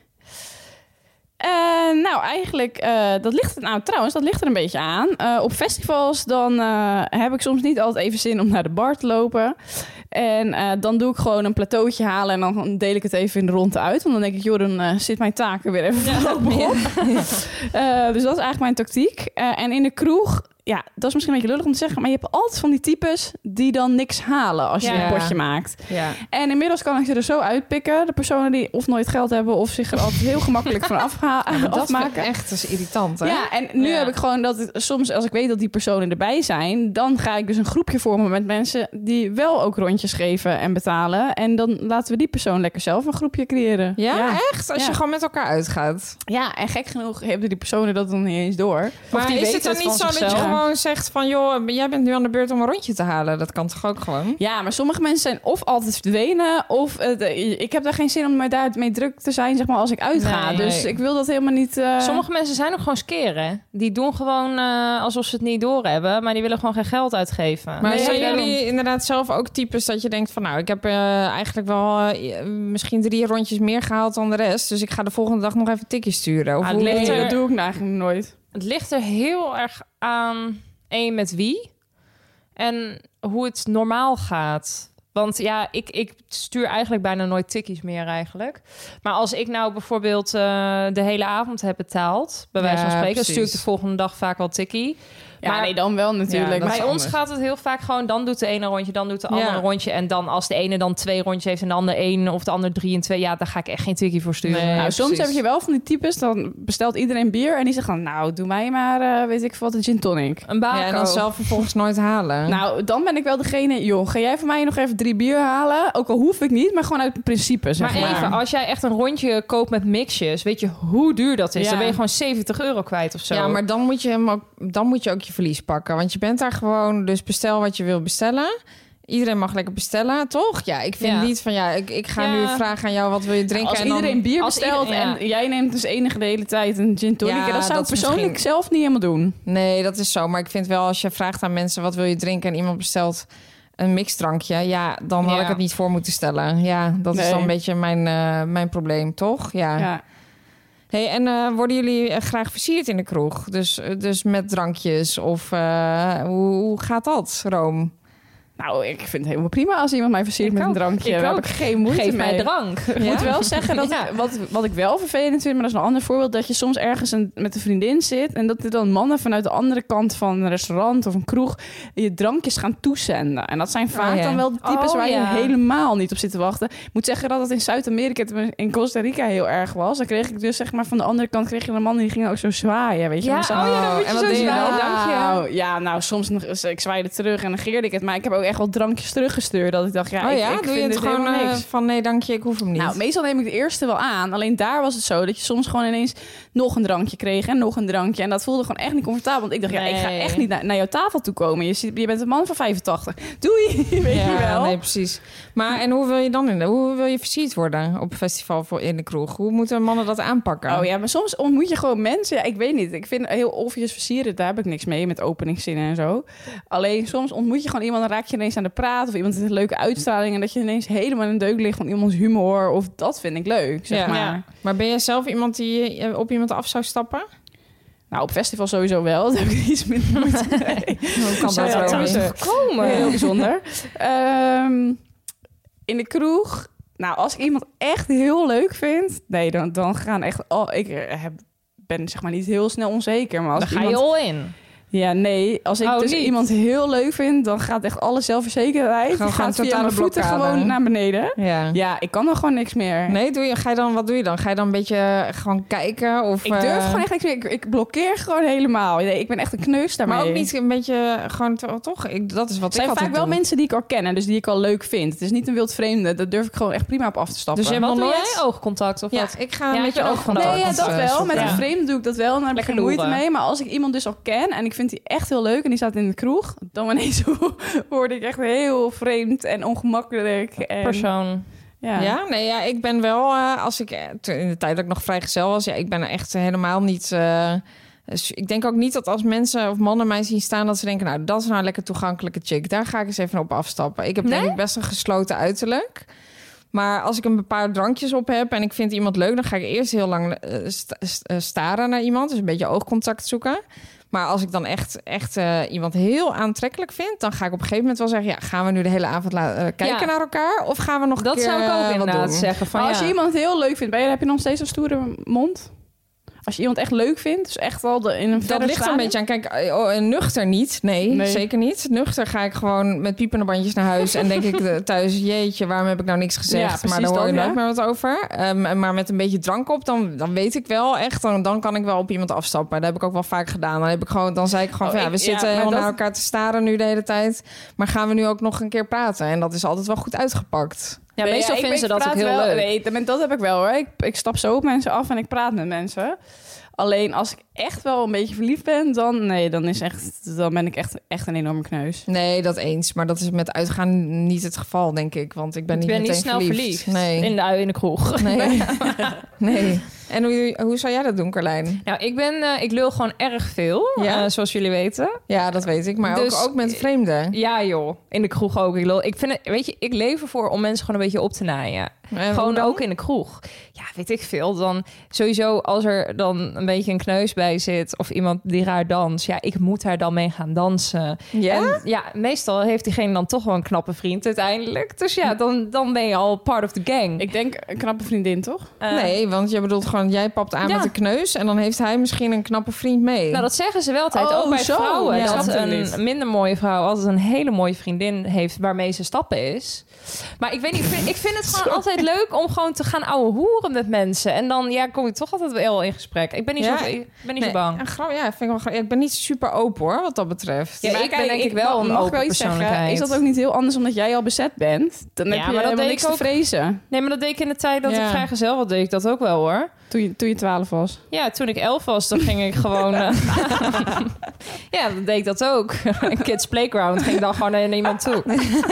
Nou, eigenlijk, dat ligt er een beetje aan. Op festivals dan heb ik soms niet altijd even zin om naar de bar te lopen. En dan doe ik gewoon een plateautje halen en dan deel ik het even in de ronde uit. Want dan denk ik, joh, dan zit mijn taak er weer even voorlopig op. Dus dat is eigenlijk mijn tactiek. En in de kroeg, ja, dat is misschien een beetje lullig om te zeggen, maar je hebt altijd van die types die dan niks halen als je Ja. een potje maakt. Ja. En inmiddels kan ik ze er zo uitpikken. De personen die of nooit geld hebben of zich er altijd heel gemakkelijk van Dat afmaken. vind ik echt dus irritant, hè? Ja, en nu Ja. heb ik gewoon dat soms als ik weet dat die personen erbij zijn, dan ga ik dus een groepje vormen met mensen die wel ook rondjes geven en betalen. En dan laten we die persoon lekker zelf een groepje creëren. Ja, echt? Als je Ja. gewoon met elkaar uitgaat. Ja, en gek genoeg hebben die personen dat dan niet eens door. Maar die is weten het dan het niet van zo dat je zichzelf. gewoon zegt van... joh, jij bent nu aan de beurt om een rondje te halen. Dat kan toch ook gewoon? Ja, maar sommige mensen zijn of altijd verdwenen, of ik heb daar geen zin om me daarmee druk te zijn, zeg maar, als ik uitga. Nee. Dus ik wil dat helemaal niet... Sommige mensen zijn ook gewoon skeren. Die doen gewoon alsof ze het niet doorhebben, maar die willen gewoon geen geld uitgeven. Maar Nee, zijn daarom. jullie inderdaad zelf ook types dat je denkt van... nou, ik heb eigenlijk wel misschien 3 rondjes meer gehaald dan de rest. Dus ik ga de volgende dag nog even tikjes sturen. Of Ah, hoe- nee, Nee, er- dat doe ik nou eigenlijk nooit. Het ligt er heel erg aan één met wie en hoe het normaal gaat. Want ja, ik stuur eigenlijk bijna nooit tikkies meer eigenlijk. Maar als ik nou bijvoorbeeld de hele avond heb betaald, bij wijze van Ja, spreken, dan stuur ik precies. de volgende dag vaak wel tikkie. Ja, Maar- nee, dan wel natuurlijk. Ja, dat maar is Bij ons anders. gaat het heel vaak gewoon, dan doet de ene rondje, dan doet de andere Ja. rondje. En dan als de ene dan 2 rondjes heeft en de ander 1 of de ander 3 en 2, ja, daar ga ik echt geen tikkie voor sturen. Nee. nou, soms precies. heb je wel van die types, dan bestelt iedereen bier en die zegt dan, nou, doe mij maar, weet ik veel wat, een gin tonic. Een bako. Ja, en dan zelf vervolgens nooit halen. Nou, dan ben ik wel degene, joh, ga jij voor mij nog even 3 bier halen. Ook al hoef ik niet, maar gewoon uit principe, zeg maar. Maar even, als jij echt een rondje koopt met mixjes... weet je hoe duur dat is? Ja. Dan ben je gewoon €70 kwijt of zo. Ja, maar dan moet je ook je verlies pakken. Want je bent daar gewoon... Dus bestel wat je wil bestellen. Iedereen mag lekker bestellen, toch? Ja, ik vind niet van... ik ga nu vragen aan jou, wat wil je drinken? Als en dan, iedereen bier bestelt en jij neemt dus enige de hele tijd een gin tonic... Ja, dat zou dat ik is persoonlijk misschien- zelf niet helemaal doen. Nee, dat is zo. Maar ik vind wel, als je vraagt aan mensen... wat wil je drinken? En iemand bestelt een mixdrankje... ja, dan had ik het niet voor moeten stellen. Ja, dat is dan een beetje mijn probleem, toch? Ja. Hey, en worden jullie graag versierd in de kroeg? Dus met drankjes? Of hoe gaat dat, Room? Nou, ik vind het helemaal prima als iemand mij versiert met een drankje. Daar heb ik geen moeite Geef mee. mij drank. Ik moet wel zeggen dat wat ik wel vervelend vind, maar dat is een ander voorbeeld, dat je soms ergens met een vriendin zit en dat er dan mannen vanuit de andere kant van een restaurant of een kroeg je drankjes gaan toezenden. En dat zijn vaak dan wel de types waar je helemaal niet op zit te wachten. Ik moet zeggen dat het in Zuid-Amerika, in Costa Rica heel erg was. Dan kreeg ik dus zeg maar van de andere kant kreeg je een man die ging ook zo zwaaien, weet je. Ja, dan en wat deed je dan? Ja, nou soms nog, ik zwaaide terug en negeerde ik het, maar ik heb ook echt wel drankjes teruggestuurd dat ik dacht, ik doe je vind het gewoon niks. van nee, dank je, ik hoef hem niet? Nou, meestal neem ik de eerste wel aan. Alleen daar was het zo dat je soms gewoon ineens nog een drankje kreeg en nog een drankje. En dat voelde gewoon echt niet comfortabel. Want ik dacht, ik ga echt niet naar jouw tafel toe komen. Je bent een man van 85. Doei, weet je wel. Nee, precies. Maar en hoe wil je dan hoe wil je versierd worden op een festival in de kroeg? Hoe moeten mannen dat aanpakken? Oh ja, maar soms ontmoet je gewoon mensen. Ja, ik weet niet. Ik vind heel obvious versieren, daar heb ik niks mee met openingszinnen en zo. Alleen soms ontmoet je gewoon iemand, dan raak je ineens aan de praat of iemand heeft een leuke uitstraling en dat je ineens helemaal in een deuk ligt van iemands humor of dat vind ik leuk, zeg maar. Ja. Maar ben jij zelf iemand die op iemand af zou stappen? Nou, op festival sowieso wel. Daar heb ik iets minder moeite mee. Hoe kan dat zo gekomen? Heel bijzonder. In de kroeg, nou, als ik iemand echt heel leuk vind, nee, dan gaan echt... ben zeg maar niet heel snel onzeker, maar als dan ga je all in. Ja, nee. Als ik iemand heel leuk vind, dan gaat echt alle zelfverzekerdheid. Die gaat via mijn voeten gewoon naar beneden. Ja, ik kan dan gewoon niks meer. Nee, wat doe je dan? Ga je dan een beetje gewoon kijken? Of, ik durf gewoon echt niks meer. Ik blokkeer gewoon helemaal. Nee, ik ben echt een kneus daarmee. Maar ook niet een beetje gewoon toch? Dat is wat ik altijd doe. Het zijn vaak wel mensen die ik al ken en dus die ik al leuk vind. Het is niet een wild vreemde. Daar durf ik gewoon echt prima op af te stappen. Dus wat doe jij? Oogcontact of wat? Ik ga met je oogcontact. Nee, dat wel. Met een vreemde doe ik dat wel. Dan heb ik geen moeite mee. Maar als ik iemand dus al ken en ik vind die echt heel leuk en die staat in de kroeg, dan ineens word ik echt heel vreemd en ongemakkelijk. Persoon. Ja, ik ben wel, als ik in de tijd dat ik nog vrijgezel was, ik ben er echt helemaal niet. Ik denk ook niet dat als mensen of mannen mij zien staan, dat ze denken, nou, dat is nou een lekker toegankelijke chick. Daar ga ik eens even op afstappen. Ik heb denk ik best een gesloten uiterlijk. Maar als ik een paar drankjes op heb en ik vind iemand leuk, dan ga ik eerst heel lang staren naar iemand. Dus een beetje oogcontact zoeken. Maar als ik dan echt iemand heel aantrekkelijk vind, dan ga ik op een gegeven moment wel zeggen, gaan we nu de hele avond kijken naar elkaar? Of gaan we nog een keer zou ik ook inderdaad zeggen. Van, als je iemand heel leuk vindt, heb je nog steeds een stoere mond? Als je iemand echt leuk vindt, dus echt wel in een dat ligt er een beetje aan. Kijk, nuchter niet. Nee, zeker niet. Nuchter ga ik gewoon met piepende bandjes naar huis. En denk ik thuis, jeetje, waarom heb ik nou niks gezegd? Ja, precies, maar daar hoor je nooit meer wat over. Maar met een beetje drank op, dan weet ik wel echt. Dan kan ik wel op iemand afstappen. Dat heb ik ook wel vaak gedaan. Dan zei ik gewoon, we zitten helemaal naar elkaar te staren nu de hele tijd. Maar gaan we nu ook nog een keer praten? En dat is altijd wel goed uitgepakt. Ja, meestal vinden ze dat ook heel leuk. Nee, dat heb ik wel hoor. Ik stap zo op mensen af en ik praat met mensen. Alleen als ik echt wel een beetje verliefd ben, dan ben ik echt een enorme kneus. Nee, dat eens. Maar dat is met uitgaan niet het geval, denk ik. Want ik ben niet meteen snel verliefd. Nee. In de kroeg. Nee. Nee. En hoe zou jij dat doen, Carlijn? Nou, ik lul gewoon erg veel, zoals jullie weten. Ja, dat weet ik. Maar dus, ook met vreemden. Ja, joh. In de kroeg ook. Ik vind het, weet je, ik leef ervoor om mensen gewoon een beetje op te naaien. Gewoon ook in de kroeg. Ja, weet ik veel. Dan sowieso als er dan een beetje een kneus bij zit of iemand die raar danst. Ja, ik moet daar dan mee gaan dansen. Ja? En ja, meestal heeft diegene dan toch wel een knappe vriend uiteindelijk. Dus ja, dan ben je al part of the gang. Ik denk een knappe vriendin, toch? Nee, want je bedoelt gewoon van, jij papt aan Ja. met de kneus... en dan heeft hij misschien een knappe vriend mee. Nou, dat zeggen ze wel altijd, Oh, ook bij zo. vrouwen. Ja, dat snap ik niet. een minder mooie vrouw altijd een hele mooie vriendin heeft... waarmee ze stappen is. Maar ik weet niet, ik vind het gewoon altijd leuk... om gewoon te gaan ouwe hoeren met mensen. En dan kom je toch altijd wel in gesprek. Ik ben niet, zo bang. Vind ik wel grappig. Ik ben niet super open, hoor, wat dat betreft. Ja, Maar ik ben kijk, denk ik wel een mag open wel iets persoonlijkheid. zeggen. Is dat ook niet heel anders omdat jij al bezet bent? Dan heb je maar dat helemaal deed niks ik te ook. vrezen. Nee, maar dat deed ik in de tijd dat Ja. ik vrijgezel was, deed ik dat ook wel, hoor. Toen je 12 was. Ja, toen ik 11 was, dan ging ik gewoon... ja, dan deed ik dat ook. Kids Playground ging dan gewoon naar iemand toe.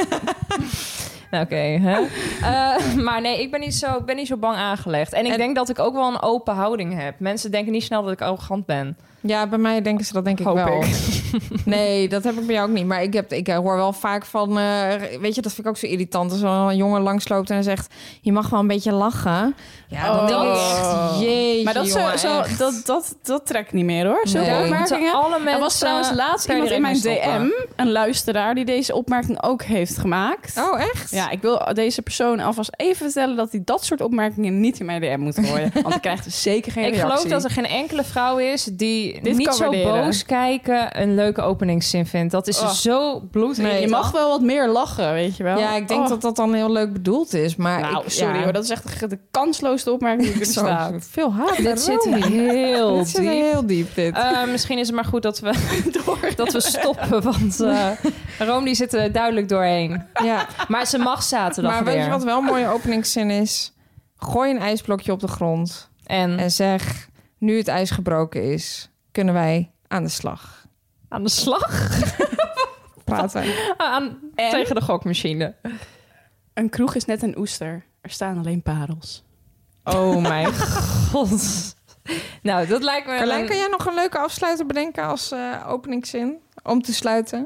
Nou, oké, hè? Maar nee, ik ben niet zo bang aangelegd. En ik denk dat ik ook wel een open houding heb. Mensen denken niet snel dat ik arrogant ben. Ja, bij mij denken ze dat denk ik Hoop wel. ik. Nee, dat heb ik bij jou ook niet. Maar ik hoor wel vaak van... weet je, dat vind ik ook zo irritant. Als een jongen langsloopt en zegt... je mag wel een beetje lachen. Ja, dan denk ik echt... Jeetje, Maar dat, jongen, dat trekt niet meer, hoor. Zulke Nee. opmerkingen. Alle mensen Er was trouwens laatst per iemand in mijn direct mee DM, stoppen. een luisteraar, die deze opmerking ook heeft gemaakt. Oh, echt? Ja, ik wil deze persoon alvast even vertellen dat hij dat soort opmerkingen niet in mijn DM moet gooien. Want hij krijgt dus zeker geen Ik reactie. geloof dat er geen enkele vrouw is die Dit niet kan zo waarderen. boos kijken een leuke openingszin vindt. Dat is Oh. zo bloedirritant. Je mag wel wat meer lachen, weet je wel. Ja, ik denk dat dat dan heel leuk bedoeld is. Maar Nou, sorry hoor, dat is echt de kansloosste opmerking die er Zo, bestaat. veel haat. Dit zit heel Dit zit diep. heel diep, dit. Misschien is het maar goed dat we stoppen, want Rome die zit er duidelijk doorheen. Ja. Maar ze mag zaterdag Maar weer. weet je wat wel een mooie openingszin is? Gooi een ijsblokje op de grond en zeg... nu het ijs gebroken is, kunnen wij aan de slag. Aan de slag? Praten. Tegen de gokmachine. Een kroeg is net een oester. Er staan alleen parels. Oh mijn god. Nou, dat lijkt me... Carlijn, kan jij nog een leuke afsluiter bedenken als openingszin? Om te sluiten.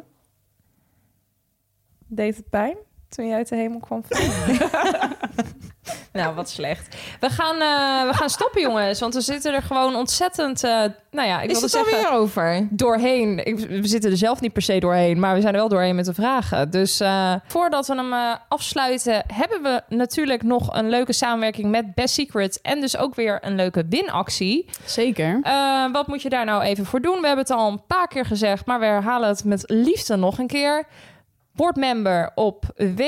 Deed het pijn toen jij uit de hemel kwam vallen? Nou, wat slecht. We gaan stoppen, jongens. Want we zitten er gewoon ontzettend... ik Is wilde het zeggen... alweer over? Doorheen. We zitten er zelf niet per se doorheen, maar we zijn er wel doorheen met de vragen. Dus voordat we hem afsluiten, hebben we natuurlijk nog een leuke samenwerking met Best Secret en dus ook weer een leuke winactie. Zeker. Wat moet je daar nou even voor doen? We hebben het al een paar keer gezegd, maar we herhalen het met liefde nog een keer. Word member op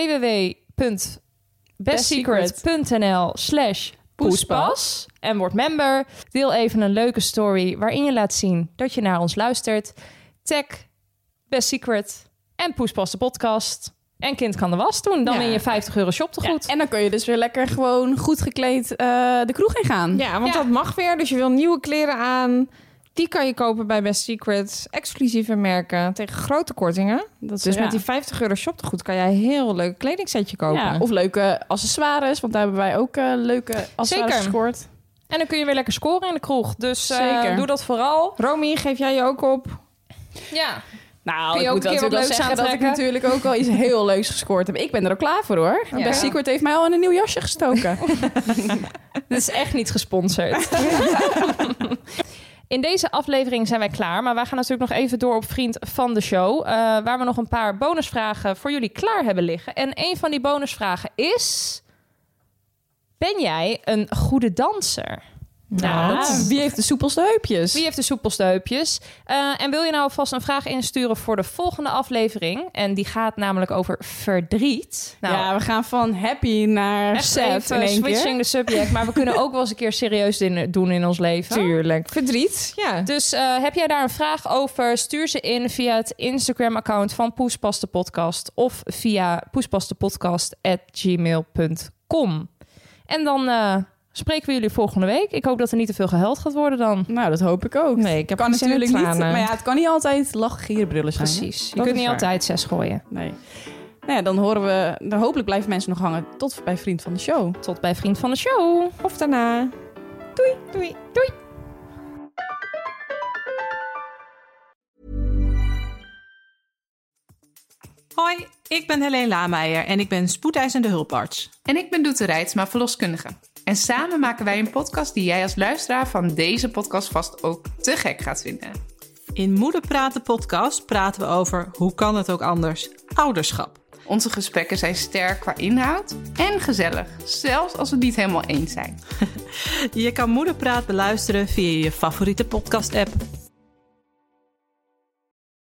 www.bestsecret.nl/poespas en word member. Deel even een leuke story waarin je laat zien dat je naar ons luistert. Tag Best Secret en Poespas de podcast. En kind kan de was doen. Dan win je €50 shoptegoed. Ja, en dan kun je dus weer lekker gewoon goed gekleed de kroeg in gaan. Ja, want dat mag weer. Dus je wil nieuwe kleren aan. Die kan je kopen bij Best Secret. Exclusieve merken tegen grote kortingen. Dat is, Dus met die €50 shoptegoed kan jij een heel leuk kledingsetje kopen. Ja, of leuke accessoires, want daar hebben wij ook leuke accessoires Zeker. gescoord. En dan kun je weer lekker scoren in de kroeg. Dus Zeker. doe dat vooral. Romy, geef jij je ook op? Ja. Nou, Kun je ik ook moet een keer natuurlijk wat wel leuks zeggen dat ik aantrekken? natuurlijk ook wel iets heel leuks gescoord heb. Ik ben er ook klaar voor, hoor. Ja. Best Secret heeft mij al in een nieuw jasje gestoken. Dit is echt niet gesponsord. In deze aflevering zijn wij klaar. Maar wij gaan natuurlijk nog even door op Vriend van de Show. Waar we nog een paar bonusvragen voor jullie klaar hebben liggen. En een van die bonusvragen is... Ben jij een goede danser? Wie heeft de soepelste heupjes? Wie heeft de soepelste heupjes? En wil je nou alvast een vraag insturen voor de volgende aflevering? En die gaat namelijk over verdriet. Nou, Ja, we gaan van happy naar echt sad in even één switching keer. the subject. Maar we kunnen ook wel eens een keer serieus doen in ons leven. Tuurlijk. Verdriet, ja. Dus heb jij daar een vraag over? Stuur ze in via het Instagram-account van Poespas de Podcast of via poespasdepodcast@gmail.com. En dan spreken we jullie volgende week. Ik hoop dat er niet te veel gehuild gaat worden dan. Nou, dat hoop ik ook. Nee, ik heb kan geen zin in natuurlijk niet. tranen. Maar ja, het kan niet altijd lachen, gieren, brullen zijn. hè? Precies. Je Dat kunt is niet waar. altijd 6 gooien. Nee. Nou ja, dan horen we... Dan hopelijk blijven mensen nog hangen tot bij Vriend van de Show. Tot bij Vriend van de Show. Of daarna. Doei. Doei. Doei. Hoi, ik ben Helene Lameijer en ik ben spoedeisende hulparts. En ik ben Doete Rijtsma, verloskundige. En samen maken wij een podcast die jij als luisteraar van deze podcast vast ook te gek gaat vinden. In Moeder Praten podcast praten we over, hoe kan het ook anders, ouderschap. Onze gesprekken zijn sterk qua inhoud en gezellig, zelfs als we het niet helemaal eens zijn. Je kan Moederpraat beluisteren via je favoriete podcast-app